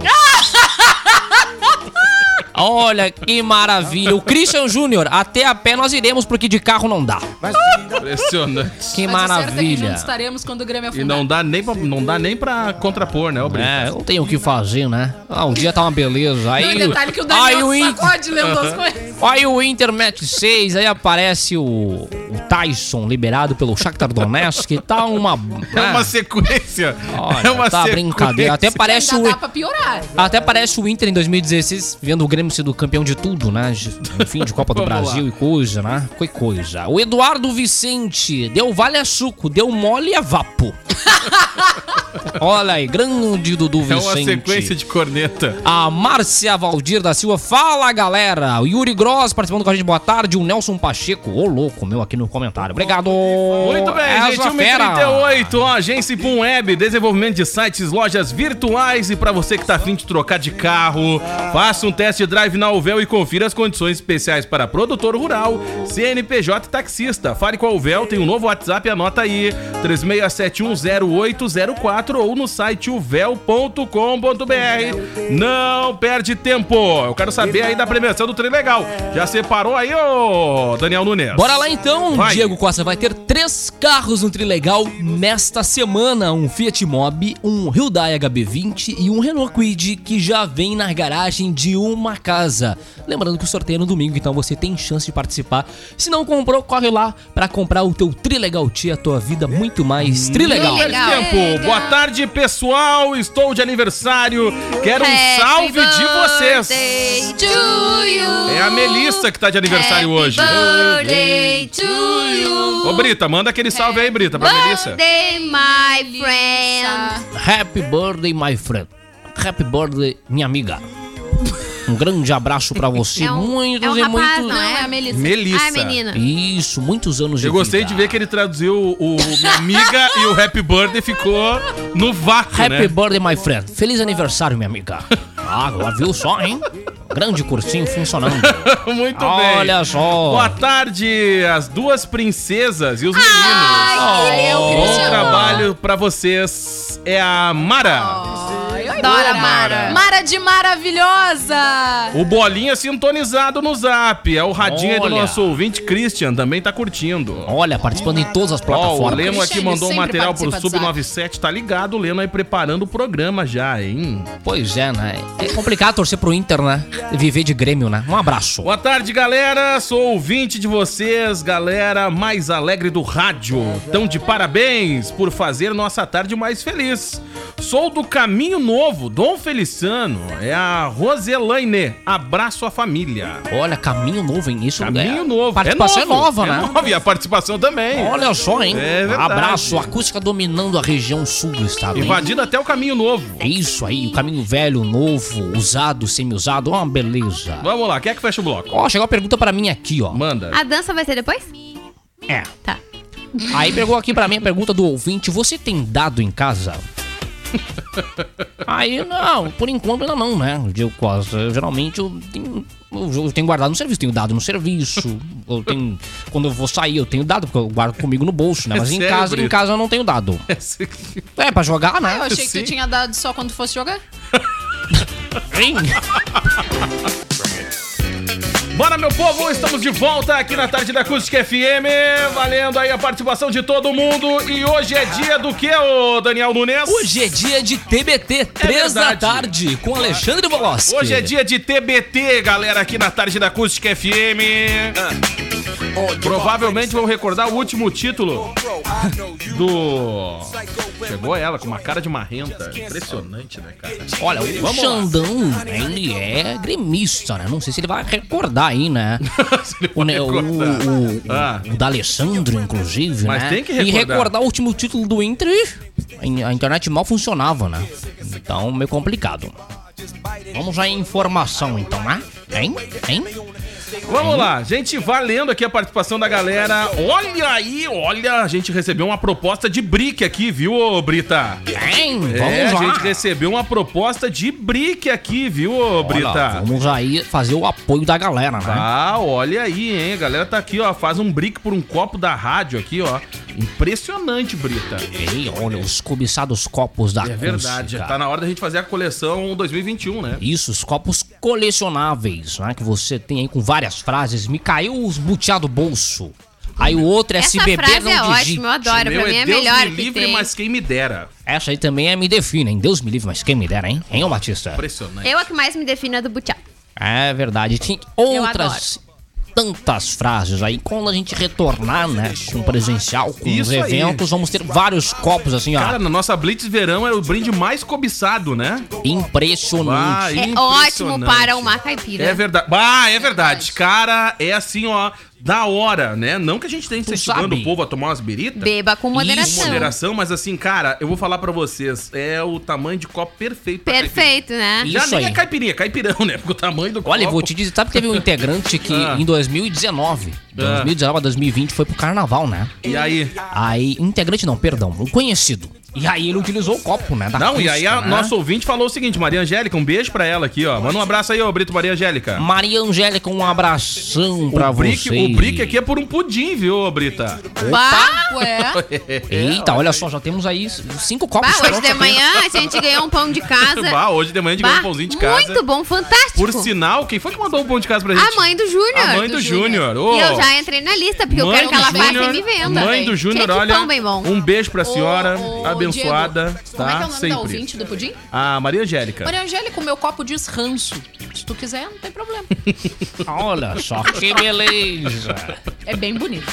Olha que maravilha. O Christian Júnior, até a pé nós iremos, porque de carro não dá.
Impressionante.
Que
Mas o certo é que
maravilha.
juntos estaremos quando o Grêmio
E
afundar.
não dá nem pra contrapor, né, o Brito?
É, eu não tenho o que fazer, né? Um dia tá uma beleza. Aí,
Não, e detalhe que o
aí
Daniel
o Inter,
sacode lendo as coisas.
aí o Inter mete 6, aí aparece o Tyson liberado pelo Shakhtar Donetsk, tá uma...
É uma sequência.
Olha,
é uma
tá brincadeira. Até parece
Ainda
o...
dá pra piorar.
Até parece o Inter em 2016, vendo o Grêmio sendo campeão de tudo, né? Enfim, de Copa do
Vamos
Brasil
lá.
e coisa, né? Que coisa. O Eduardo Vicente deu vale a suco, deu mole a vapo. Olha aí, grande Dudu
É
Vicente.
uma sequência de corneta.
A Márcia Valdir da Silva, fala galera. O Yuri Gross participando com a gente, boa tarde. O Nelson Pacheco, ô louco, meu aqui no comentário. Obrigado.
Muito bem,
Essa
gente,
fera.
1h38, ó, Agência Pum Web, desenvolvimento de sites, lojas virtuais e pra você que tá afim de trocar de carro, faça um test drive na Uvel e confira as condições especiais para produtor rural, CNPJ e taxista. Fale com a Uvel, tem um novo WhatsApp, anota aí, 36710804 ou no site uvel.com.br. Não perde tempo, eu quero saber aí da premiação do Trem Legal. Já separou aí, ô Daniel Nunes?
Bora lá então,
Vai.
Diego Costa. Vai ter 3 carros no Trilegal nesta semana. Um Fiat Mobi, um Hyundai HB20 e um Renault Kwid, que já vem na garagem de uma casa. Lembrando que o sorteio é no domingo, então você tem chance de participar. Se não comprou, corre lá pra comprar o teu Trilegal Tia, a tua vida muito mais Trilegal.
Legal.
Tempo. Boa tarde, pessoal. Estou de aniversário. Quero um salve de vocês. É a Melissa que tá de aniversário hoje.
Birthday to you.
Ô, Brita, manda aquele salve aí, Brita, pra Melissa.
Birthday, my friend.
Happy birthday, my friend. Happy birthday, minha amiga. Um grande abraço pra você. Muitos
é um
e
rapaz,
muitos...
não
Não,
é?
é a Melissa.
Melissa.
Ah, menina.
Isso, muitos anos de
Eu gostei
vida.
de ver que ele traduziu o Minha Amiga e o Happy Birthday ficou no vácuo,
Happy
né?
birthday, my friend. Feliz aniversário, minha amiga. Ah, agora viu só, hein? Grande cursinho funcionando.
Muito bem.
Olha só.
Boa tarde, as duas princesas e os meninos. Bom trabalho pra vocês. É a Mara.
Adoro a Mara.
Mara de maravilhosa.
O Bolinha sintonizado no Zap. É o radinho aí do
Olha.
nosso ouvinte Christian, também tá curtindo.
Olha, participando em todas as
Ó, o
plataformas.
Leno aqui
Christian,
mandou um
ele
material pro
sempre participa do
Sub-97, tá ligado? O Leno aí preparando o programa já, hein?
Pois é, né? É complicado torcer pro Inter, né? Viver de Grêmio, né? Um abraço.
Boa tarde, galera. Sou ouvinte de vocês, galera mais alegre do rádio. Então, de parabéns por fazer nossa tarde mais feliz. Sou do Caminho Novo, Dom Feliciano. É a Roselaine. Abraço à família.
Olha, caminho novo, hein? Isso
Caminho
é...
novo.
Participação é nova, né?
E a participação também.
Olha só, hein?
É verdade.
Abraço, acústica dominando a região sul do estado, hein?
Invadindo até o Caminho Novo.
É isso aí, o caminho velho, novo, usado, semi-usado, uma beleza.
Vamos lá, quem é que fecha o bloco?
Ó, chegou a pergunta pra mim aqui, ó.
Manda.
A dança vai ser depois?
É.
Tá.
Aí pegou aqui pra mim a pergunta do ouvinte: você tem dado em casa? Aí, não, por enquanto ainda não, né? Eu quase, geralmente eu tenho guardado no serviço, tenho dado no serviço. Eu tenho, quando eu vou sair, eu tenho dado, porque eu guardo comigo no bolso, né? Mas
É
em
sério,
casa,
Brito?
em casa eu não tenho dado. É, pra jogar, né?
Eu achei que
Sim.
tu tinha dado só quando fosse jogar.
Hein?
Bora, meu povo, estamos de volta aqui na Tarde da Acústica FM, valendo aí a participação de todo mundo. E hoje é dia do que, ô Daniel Nunes?
Hoje é dia de TBT, 3 da
verdade.
tarde, com Alexandre Voloski.
Hoje é dia de TBT, galera, aqui na Tarde da Acústica FM. Provavelmente vão recordar o último título do... Chegou ela com uma cara de marrenta. Impressionante, né, cara?
Olha, o
Vamos lá.
Xandão, ele é gremista, né? Não sei se ele vai recordar aí, né? O D'Alessandro, inclusive,
Mas
né?
tem que
E
recordar.
recordar o último título do Inter, a internet mal funcionava, né? Então, meio complicado. Vamos à informação, então, né? Hein?
Vamos lá, gente, valendo aqui a participação da galera. Olha aí, a gente recebeu uma proposta de brick aqui, viu, ô Brita?
Vamos lá.
A gente recebeu uma proposta de brick aqui, viu, ô Brita?
Olha, vamos aí fazer o apoio da galera, né?
Ah, olha aí, hein, a galera tá aqui, ó, faz um brick por um copo da rádio aqui, ó. Impressionante, Brita.
Ei, olha, os cobiçados copos da
É verdade, já tá na hora da gente fazer a coleção 2021, né?
Isso, os copos colecionáveis, né? Que você tem aí com várias frases. Me caiu os butiá do bolso. Aí o outro é
Essa
se beber
frase
não
é
digite.
ótima, eu adoro.
Meu
Pra mim é
Deus
melhor
me
que
livre,
tem.
mas quem me dera.
Essa aí também é me define, hein? Deus me livre, mas quem me dera, hein? Hein, ô Batista?
Impressionante.
Eu a que mais me defino é do butiá.
É verdade. Tem outras tantas frases aí. Quando a gente retornar, né? Com presencial, com
Isso
os eventos, vamos ter vários copos assim, ó.
Cara, na nossa Blitz Verão era o brinde mais cobiçado, né?
Impressionante.
É ótimo para uma caipira.
É verdade. É verdade. Cara, é assim, ó, da hora, né? Não que a gente tenha incentivando o povo a tomar umas biritas.
Beba com moderação.
Com moderação, mas assim, cara, eu vou falar pra vocês, é o tamanho de copo perfeito pra
Perfeito, né?
caipirinha. Já
Isso
nem
aí.
é caipirinha, é caipirão, né? Porque o tamanho do copo...
Olha, eu vou te dizer, sabe que teve um integrante que em 2019 a 2020 foi pro carnaval, né?
E aí?
Aí, integrante não, perdão, um conhecido. E aí ele utilizou o copo, né?
Não, e aí a nosso ouvinte falou o seguinte, Maria Angélica, um beijo pra ela aqui, ó. Manda um abraço aí, ô Brito, Maria Angélica.
Maria Angélica, um abração pra você.
O brick aqui é por um pudim, viu, ô Brita?
Eita, olha só, já temos aí 5 copos.
Hoje de manhã a gente ganhou um pão de casa.
Hoje de manhã a gente ganhou um pãozinho de casa.
Muito bom, fantástico.
Por sinal, quem foi que mandou um pão de casa pra gente?
A mãe do Júnior.
A mãe do Júnior.
E eu já entrei na lista, porque eu quero que ela faça e me venda.
Mãe do Júnior,
Gente,
olha,
pão bem bom.
um beijo pra senhora, abençoada,
Diego,
tá?
como é que é o nome
Sempre.
da ouvinte do pudim?
A Maria Angélica.
Maria Angélica, o meu copo diz ranço. Se tu quiser, não tem problema.
Olha só, que beleza.
É bem bonito.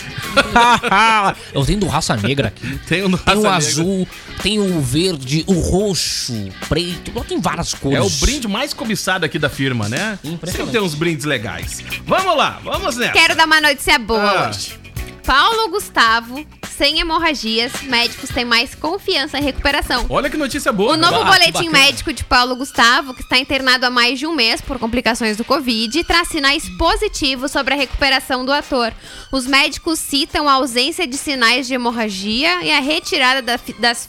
Eu tenho do Raça Negra aqui.
Tem o
Tem o azul, tem o verde, o roxo, preto. Tem várias cores.
É o brinde mais cobiçado aqui da firma, né? Sempre tem uns brindes legais. Vamos lá, vamos nessa.
Quero dar uma notícia boa hoje. Paulo Gustavo, sem hemorragias, médicos têm mais confiança em recuperação.
Olha que notícia boa.
O novo boletim
bacana.
médico de Paulo Gustavo, que está internado há mais de um mês por complicações do Covid, traz sinais positivos sobre a recuperação do ator. Os médicos citam a ausência de sinais de hemorragia e a retirada das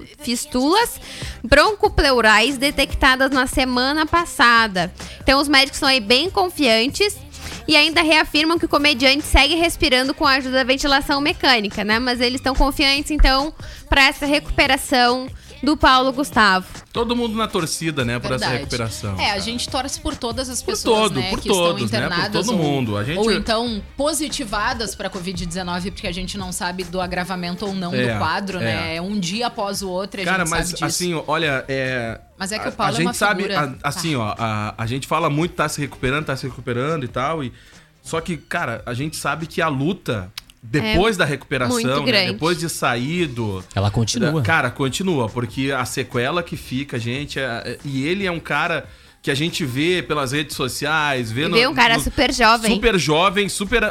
fístulas broncopleurais detectadas na semana passada. Então os médicos são aí bem confiantes. E ainda reafirmam que o comediante segue respirando com a ajuda da ventilação mecânica, né? Mas eles estão confiantes, então, para essa recuperação do Paulo Gustavo.
Todo mundo na torcida, né, por essa recuperação.
A gente torce por todas as pessoas,
todo,
né,
por
que
todos,
estão internadas.
né, por todo mundo. A gente...
Ou então positivadas para Covid-19, porque a gente não sabe do agravamento ou não do quadro, né? É um dia após o outro, a
Cara,
gente
mas
sabe disso.
assim, olha,
Mas é que o Paulo
a gente
é uma
sabe,
figura...
assim, ó, a gente fala muito, tá se recuperando e tal, só que, cara, a gente sabe que a luta... Depois da recuperação, né, depois de sair do...
Ela continua.
Cara, continua, porque a sequela que fica, gente... E ele é um cara que a gente vê pelas redes sociais... Vê
um cara super jovem.
Super jovem, super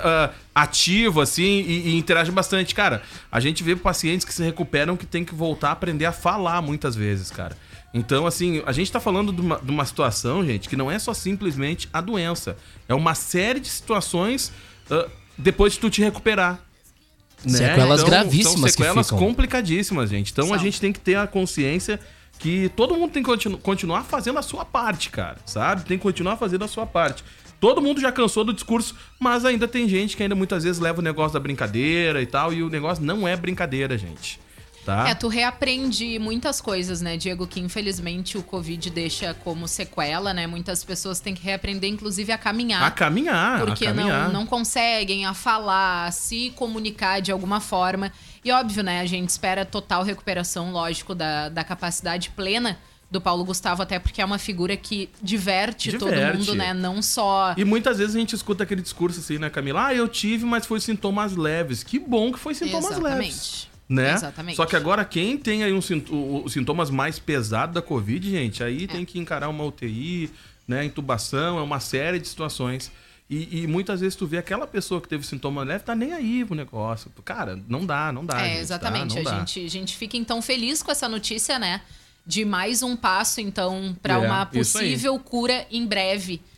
ativo, assim, e interage bastante. Cara, a gente vê pacientes que se recuperam que tem que voltar a aprender a falar muitas vezes, cara. Então, assim, a gente tá falando de uma situação, gente, que não é só simplesmente a doença. É uma série de situações... depois de tu te recuperar. Né?
Sequelas gravíssimas.
São sequelas
que ficam.
complicadíssimas, gente. Então a gente tem que ter a consciência que todo mundo tem que continuar fazendo a sua parte, cara. Sabe? Tem que continuar fazendo a sua parte. Todo mundo já cansou do discurso, mas ainda tem gente que ainda muitas vezes leva o negócio da brincadeira e tal. E o negócio não é brincadeira, gente. Tá?
Tu reaprende muitas coisas, né, Diego, que infelizmente o Covid deixa como sequela, né? Muitas pessoas têm que reaprender, inclusive, a caminhar. Porque não conseguem a falar, a se comunicar de alguma forma. E óbvio, né, a gente espera total recuperação, lógico, da capacidade plena do Paulo Gustavo, até porque é uma figura que diverte todo mundo, né? Não só...
E muitas vezes a gente escuta aquele discurso assim, né, Camila? Eu tive, mas foi sintomas leves. Que bom que foi sintomas leves. Né?
Exatamente.
Só que agora quem tem aí os sintomas mais pesados da Covid, gente, aí tem que encarar uma UTI, né, intubação, é uma série de situações. E muitas vezes tu vê aquela pessoa que teve sintoma leve, tá nem aí pro negócio. Cara, não dá, gente,
exatamente.
Tá?
A gente fica então feliz com essa notícia, né? De mais um passo, então, para uma possível cura em breve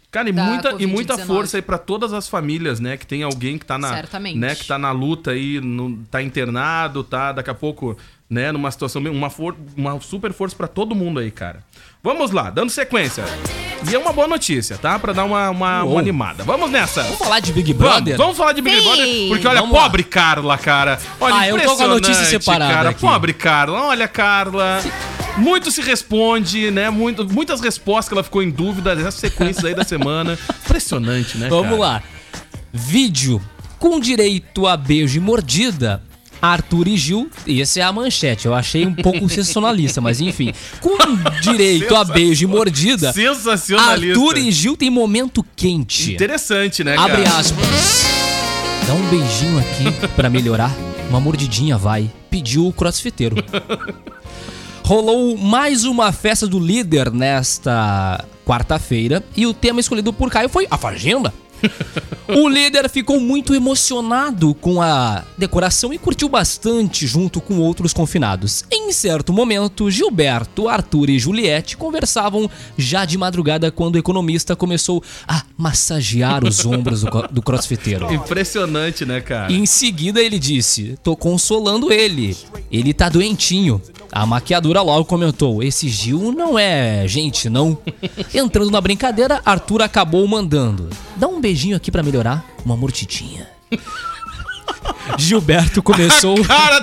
Cara, e muita força aí pra todas as famílias, né? Que tem alguém que tá
Certamente.
Né, que tá na luta aí, tá internado, tá daqui a pouco, né, numa situação... Uma super força pra todo mundo aí, cara. Vamos lá, dando sequência. E é uma boa notícia, tá? Pra dar uma animada. Vamos nessa.
Vamos falar de Big Brother?
Vamos falar de Big Brother, porque olha, pobre Carla, cara. Olha,
eu tô com a notícia separada
cara.
aqui.
Pobre Carla, olha, Carla... Muito se responde, né? Muitas respostas que ela ficou em dúvida dessas sequências aí da semana. Impressionante, né,
Vamos lá. Vídeo com direito a beijo e mordida. Arthur e Gil, e essa é a manchete, eu achei um pouco sensacionalista, mas enfim. Com direito a beijo e mordida,
sensacionalista.
Arthur e Gil tem momento quente.
Interessante, né, cara?
Abre aspas. Dá um beijinho aqui pra melhorar, uma mordidinha vai, pediu o crossfiteiro. Rolou mais uma festa do líder nesta quarta-feira e o tema escolhido por Caio foi a Fazenda. O líder ficou muito emocionado com a decoração e curtiu bastante junto com outros confinados. Em certo momento, Gilberto, Arthur e Juliette conversavam já de madrugada quando o economista começou a massagear os ombros do crossfiteiro.
Impressionante, né, cara?
E em seguida ele disse, tô consolando ele tá doentinho. A maquiadora logo comentou, esse Gil não é gente, não. Entrando na brincadeira, Arthur acabou mandando, dá um beijinho aqui pra melhorar, uma mordidinha. Gilberto começou...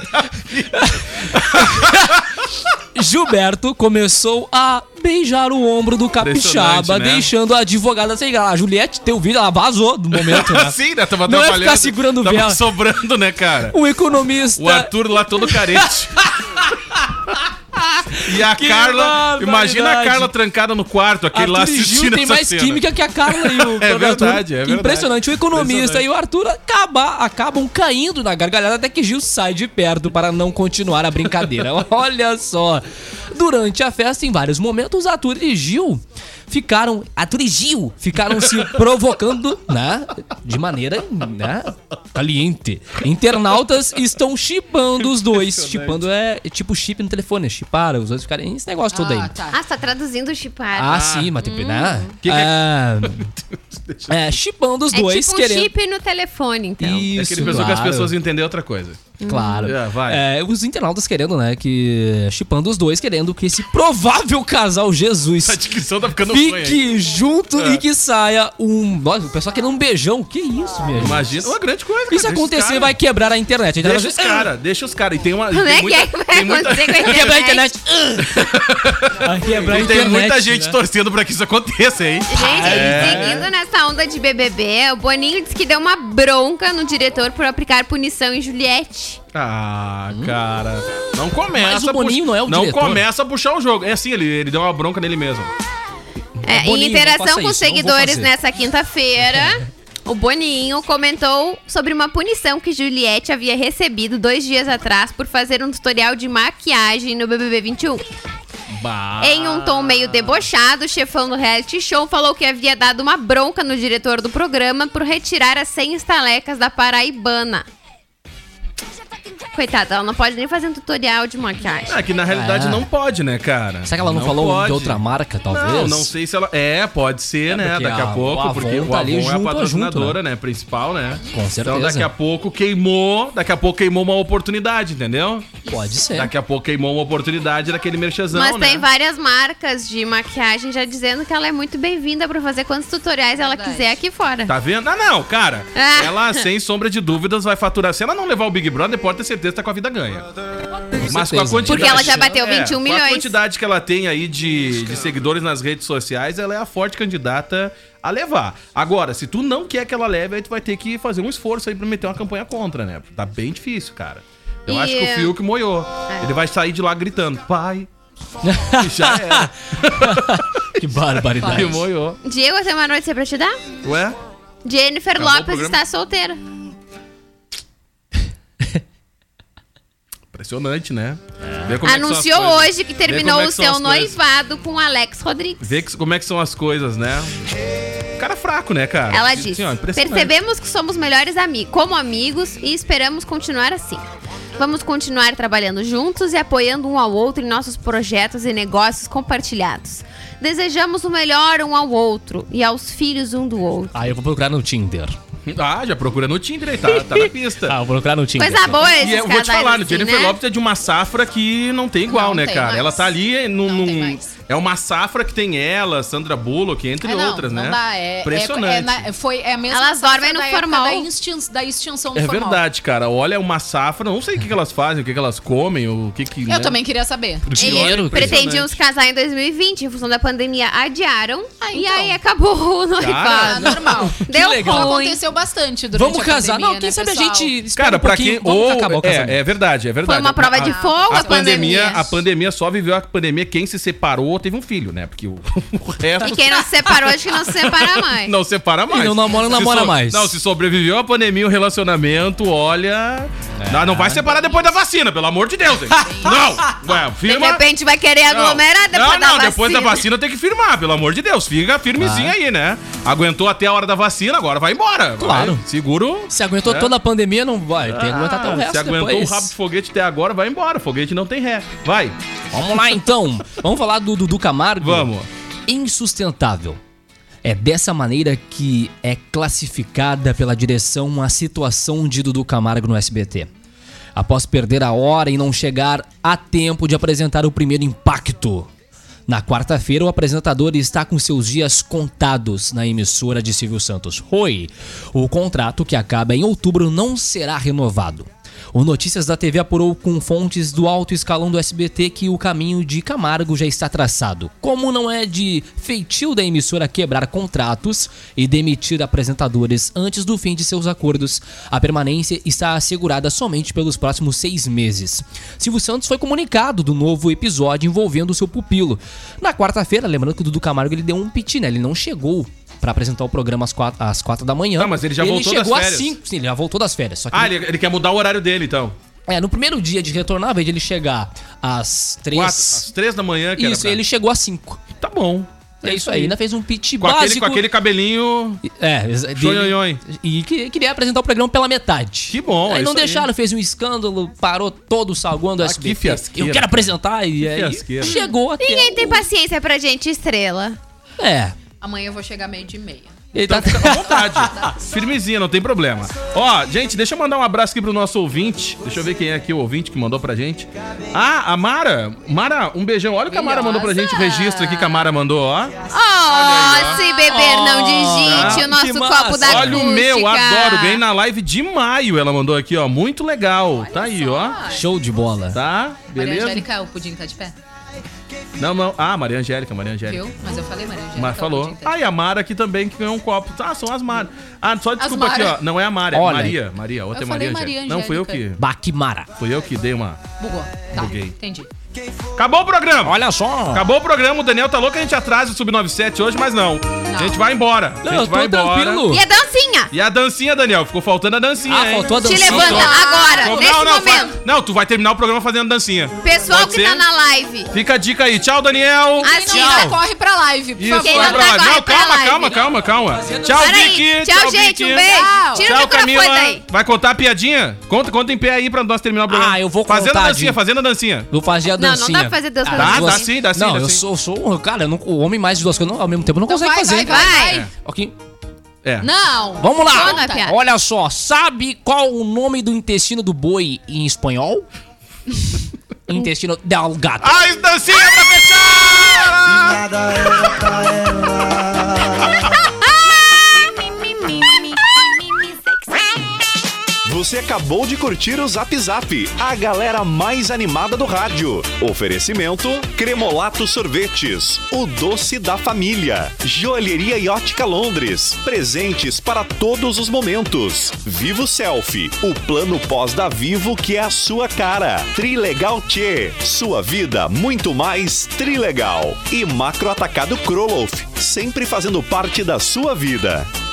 Gilberto começou a beijar o ombro do capixaba, né? Deixando a advogada sem graça. A Juliette tem o vídeo, ela vazou no momento, né?
Sim, né? Tava
não é ficar segurando o véu.
Tava sobrando, né, cara?
O economista...
O Arthur lá todo carente. E a Carla, imagina a Carla trancada no quarto, aquele lá assistindo
tem mais
cena.
Química que a Carla e o
É verdade, é verdade.
Impressionante. O economista e o Arthur acabam caindo na gargalhada até que Gil sai de perto para não continuar a brincadeira. Olha só. Durante a festa, em vários momentos, Arthur e Gil ficaram se provocando, né? De maneira, né? Caliente. Internautas estão shippando os dois. Shippando é tipo chip no telefone, shippar, os dois ficarem esse negócio todo aí.
Tá. Ah, você tá traduzindo shippar.
Ah, sim, mas tipo, né? Shippando os dois
tipo
querendo...
chip no telefone, então.
Isso,
é que ele pensou que as pessoas entenderam outra coisa.
Claro.
Vai.
Os internautas querendo, né, que... Shippando os dois, querendo que esse provável casal Jesus...
A descrição tá ficando
fique junto e que saia um... Nossa, o pessoal querendo um beijão. Que isso, meu?
Imagina, uma grande coisa.
E se acontecer, vai quebrar a internet.
Deixa os caras. E tem uma...
Como é que vai acontecer com a internet?
Quebrar a internet. Vai quebrar a internet.
Tem muita gente torcendo pra que isso aconteça, hein?
Gente, seguindo nessa onda de BBB, o Boninho disse que deu uma bronca no diretor por aplicar punição em Juliette.
Ah, cara. Não começa.
Mas o Boninho não é o diretor.
Não começa a puxar o jogo. É assim, ele deu uma bronca nele mesmo.
Boninho, em interação com os seguidores nessa quinta-feira, o Boninho comentou sobre uma punição que Juliette havia recebido 2 dias atrás por fazer um tutorial de maquiagem no BBB 21. Em um tom meio debochado, o chefão do reality show falou que havia dado uma bronca no diretor do programa por retirar as 100 estalecas da paraibana. Coitada, ela não pode nem fazer um tutorial de maquiagem.
É que na realidade não pode, né, cara?
Será que ela não falou
pode.
de outra marca, talvez?
Não sei se ela... pode ser, né? Daqui a pouco, porque o Avon é a patrocinadora, né? Principal, né?
Com certeza.
Então daqui a pouco queimou uma oportunidade, entendeu?
Pode ser.
Daqui a pouco queimou uma oportunidade daquele merchazão,
Mas
né?
tem várias marcas de maquiagem já dizendo que ela é muito bem-vinda pra fazer quantos tutoriais ela quiser aqui fora.
Tá vendo? Não, cara. Ela, sem sombra de dúvidas, vai faturar. Se ela não levar o Big Brother, pode ter certeza que tá com a vida ganha. Mas com a quantidade...
Porque ela já bateu 21 milhões.
Com a quantidade que ela tem aí de seguidores nas redes sociais, ela é a forte candidata a levar. Agora, se tu não quer que ela leve, aí tu vai ter que fazer um esforço aí pra meter uma campanha contra, né? Tá bem difícil, cara. Eu acho que o Fiuk moiou. Ele vai sair de lá gritando, pai... Já era.
Que barbaridade.
Ele moiou.
Diego, tem uma notícia pra te dar?
Ué?
Jennifer Lopez está solteira.
Impressionante, né?
Anunciou hoje que terminou o seu noivado com Alex Rodrigues.
Vê como é que são as coisas, né? Cara fraco, né, cara?
Ela disse, percebemos que somos melhores amigos, como amigos, e esperamos continuar assim. Vamos continuar trabalhando juntos e apoiando um ao outro em nossos projetos e negócios compartilhados. Desejamos o melhor um ao outro e aos filhos um do outro.
Eu vou procurar no Tinder.
Já procura no Tinder aí, tá na pista.
Vou procurar no Tinder.
Coisa boa esses
E eu vou te falar,
assim,
Jennifer
né?
Lopez é de uma safra que não tem igual, né, cara?
mais.
Ela tá ali
Não tem mais.
É uma safra que tem ela, Sandra Bullock, entre outras, né?
Não dá,
Impressionante.
É a mesma
Elas
safra
dormem no
da época
formal.
da extinção do
É
formal.
verdade, cara. Olha, é uma safra. Não sei o que elas fazem, o que elas comem, o que.
Eu também queria saber.
Eles pretendiam se casar em 2020, em função da pandemia, adiaram. E aí acabou o noivado.
Normal.
Deu
legal.
ruim.
Aconteceu bastante durante
Vamos
a
casar?
pandemia,
Não, quem
né,
sabe
pessoal?
a gente espera
Cara,
um
pra
pouquinho.
quem.
Vamos acabar o casamento.
É verdade, é verdade.
Foi uma prova de fogo a pandemia.
A pandemia só viveu a pandemia. Quem se separou teve um filho, né? Porque o resto.
E quem não se separou, acho que não se separa mais.
Não separa mais.
E não namora,
Se
namora mais.
Não, se sobreviveu a pandemia, o relacionamento, olha. Não vai separar depois da vacina, pelo amor de Deus, hein? Não! Ué,
De
firma.
repente vai querer aglomerar depois da vacina.
Depois da vacina tem que firmar, pelo amor de Deus. Fica firmezinho aí, né? Aguentou até a hora da vacina, agora vai embora.
Claro.
Vai, seguro.
Se aguentou toda a pandemia, não vai. Tem que aguentar até o resto
Se aguentou
depois.
o rabo de foguete até agora, vai embora. Foguete não tem ré. Vai.
Vamos lá, então. Vamos falar do Dudu Camargo?
Vamos.
Insustentável. É dessa maneira que é classificada pela direção a situação de Dudu Camargo no SBT. Após perder a hora e não chegar a tempo de apresentar o primeiro impacto. Na quarta-feira, o apresentador está com seus dias contados na emissora de Silvio Santos. O contrato, que acaba em outubro, não será renovado. O Notícias da TV apurou com fontes do alto escalão do SBT que o caminho de Camargo já está traçado. Como não é de feitio da emissora quebrar contratos e demitir apresentadores antes do fim de seus acordos, a permanência está assegurada somente pelos próximos 6 meses. Silvio Santos foi comunicado do novo episódio envolvendo o seu pupilo. Na quarta-feira, lembrando que o Dudu Camargo ele deu um piti, né? Ele não chegou pra apresentar o programa às 4 da manhã.
Não, mas ele já voltou das férias.
Ele chegou às 5, sim, ele já voltou das férias. Só que
Ele quer mudar o horário dele, então.
no primeiro dia de retornar, ao invés de ele chegar às 3...
Às 3 da manhã, que
Isso, ele chegou às 5.
Tá bom.
É isso aí, ainda fez um pitch
Com
básico.
aquele cabelinho. Xonhonhon.
E queria apresentar o programa pela metade.
Que bom,
Aí
é
não
isso aí.
deixaram, fez um escândalo, parou todo o saguão do SBT.
que fiasqueira.
Eu quero apresentar e aí
fiasqueira.
chegou até
Ninguém tem paciência pra gente estrela.
Amanhã eu vou chegar 12:30.
Ele
Então
tá...
fica à vontade. Firmezinha, não tem problema. Ó, gente, deixa eu mandar um abraço aqui pro nosso ouvinte. Deixa eu ver quem é aqui o ouvinte que mandou pra gente. A Mara. Mara, um beijão. Olha o que a Mara mandou pra gente. O registro aqui que a Mara mandou, ó.
Se beber não digite o nosso copo da
Olha o meu, adoro. Ganhei na live de maio. Ela mandou aqui, ó. Muito legal. Tá aí, ó.
Show de bola.
Tá,
Maria
beleza?
Angélica, o pudim tá de pé?
Não. Maria Angélica.
Viu? Mas eu falei Maria Angélica.
Mas falou.
o pudim tá de
E a Mara aqui também que ganhou um copo. São as Mara. Só desculpa
As
aqui,
Mara.
ó. Não é a Mara, é
Olha.
Maria. Outra
Eu
é Maria
falei Maria
Angélica. Não, fui eu
Angélica.
que.
Baquimara.
Fui eu que dei uma.
pé. Bugou. Tá,
Buguei.
entendi.
Acabou o programa.
Olha só.
Acabou o programa. O Daniel tá louco que a gente atrase o Sub-97 hoje, mas não. A gente vai embora.
Não,
a
eu
gente
tô
vai embora.
tranquilo.
E a dancinha?
E a dancinha, Daniel? Ficou faltando a dancinha, hein?
Faltou a
Te
dancinha.
levanta agora, nesse momento.
Não, tu vai terminar o programa fazendo dancinha.
Pessoal
Pode
que tá
ser?
na live.
Fica a dica aí. Tchau, Daniel.
Assim,
Quem não tá, corre pra live, por
Isso,
favor.
Quem
vai
não
pra
tá,
lá.
corre
Não,
pra live.
calma. Tchau,
Peraí.
Vicky.
Tchau, gente.
Vicky.
Um beijo. Tira
Tchau,
o microfone
Camila.
daí.
Vai contar a piadinha? Conta em pé aí pra nós terminar o programa.
Eu vou
Fazendo
contar,
a dancinha,
Dinho.
fazendo a dancinha.
Vou fazer a
Não,
dancinha.
não dá pra fazer duas coisas.
Dá
duas-
sim, dá sim.
Não,
dá
eu
sim.
sou cara, o homem mais de duas coisas ao mesmo tempo não
Então
consegue fazer.
vai.
Ok.
É.
Não.
Vamos lá.
Conta, piada.
Olha só, sabe qual o nome do intestino do boi em espanhol? Intestino delgado.
As dancinhas pra fechar!
Nada era pra ela.
Você acabou de curtir o Zap Zap, a galera mais animada do rádio. Oferecimento Cremolato Sorvetes, o doce da família. Joalheria e Ótica Londres, presentes para todos os momentos. Vivo Selfie, o plano pós da Vivo que é a sua cara. Trilegal Tchê, sua vida muito mais trilegal. E Macro Atacado Kroloff, sempre fazendo parte da sua vida.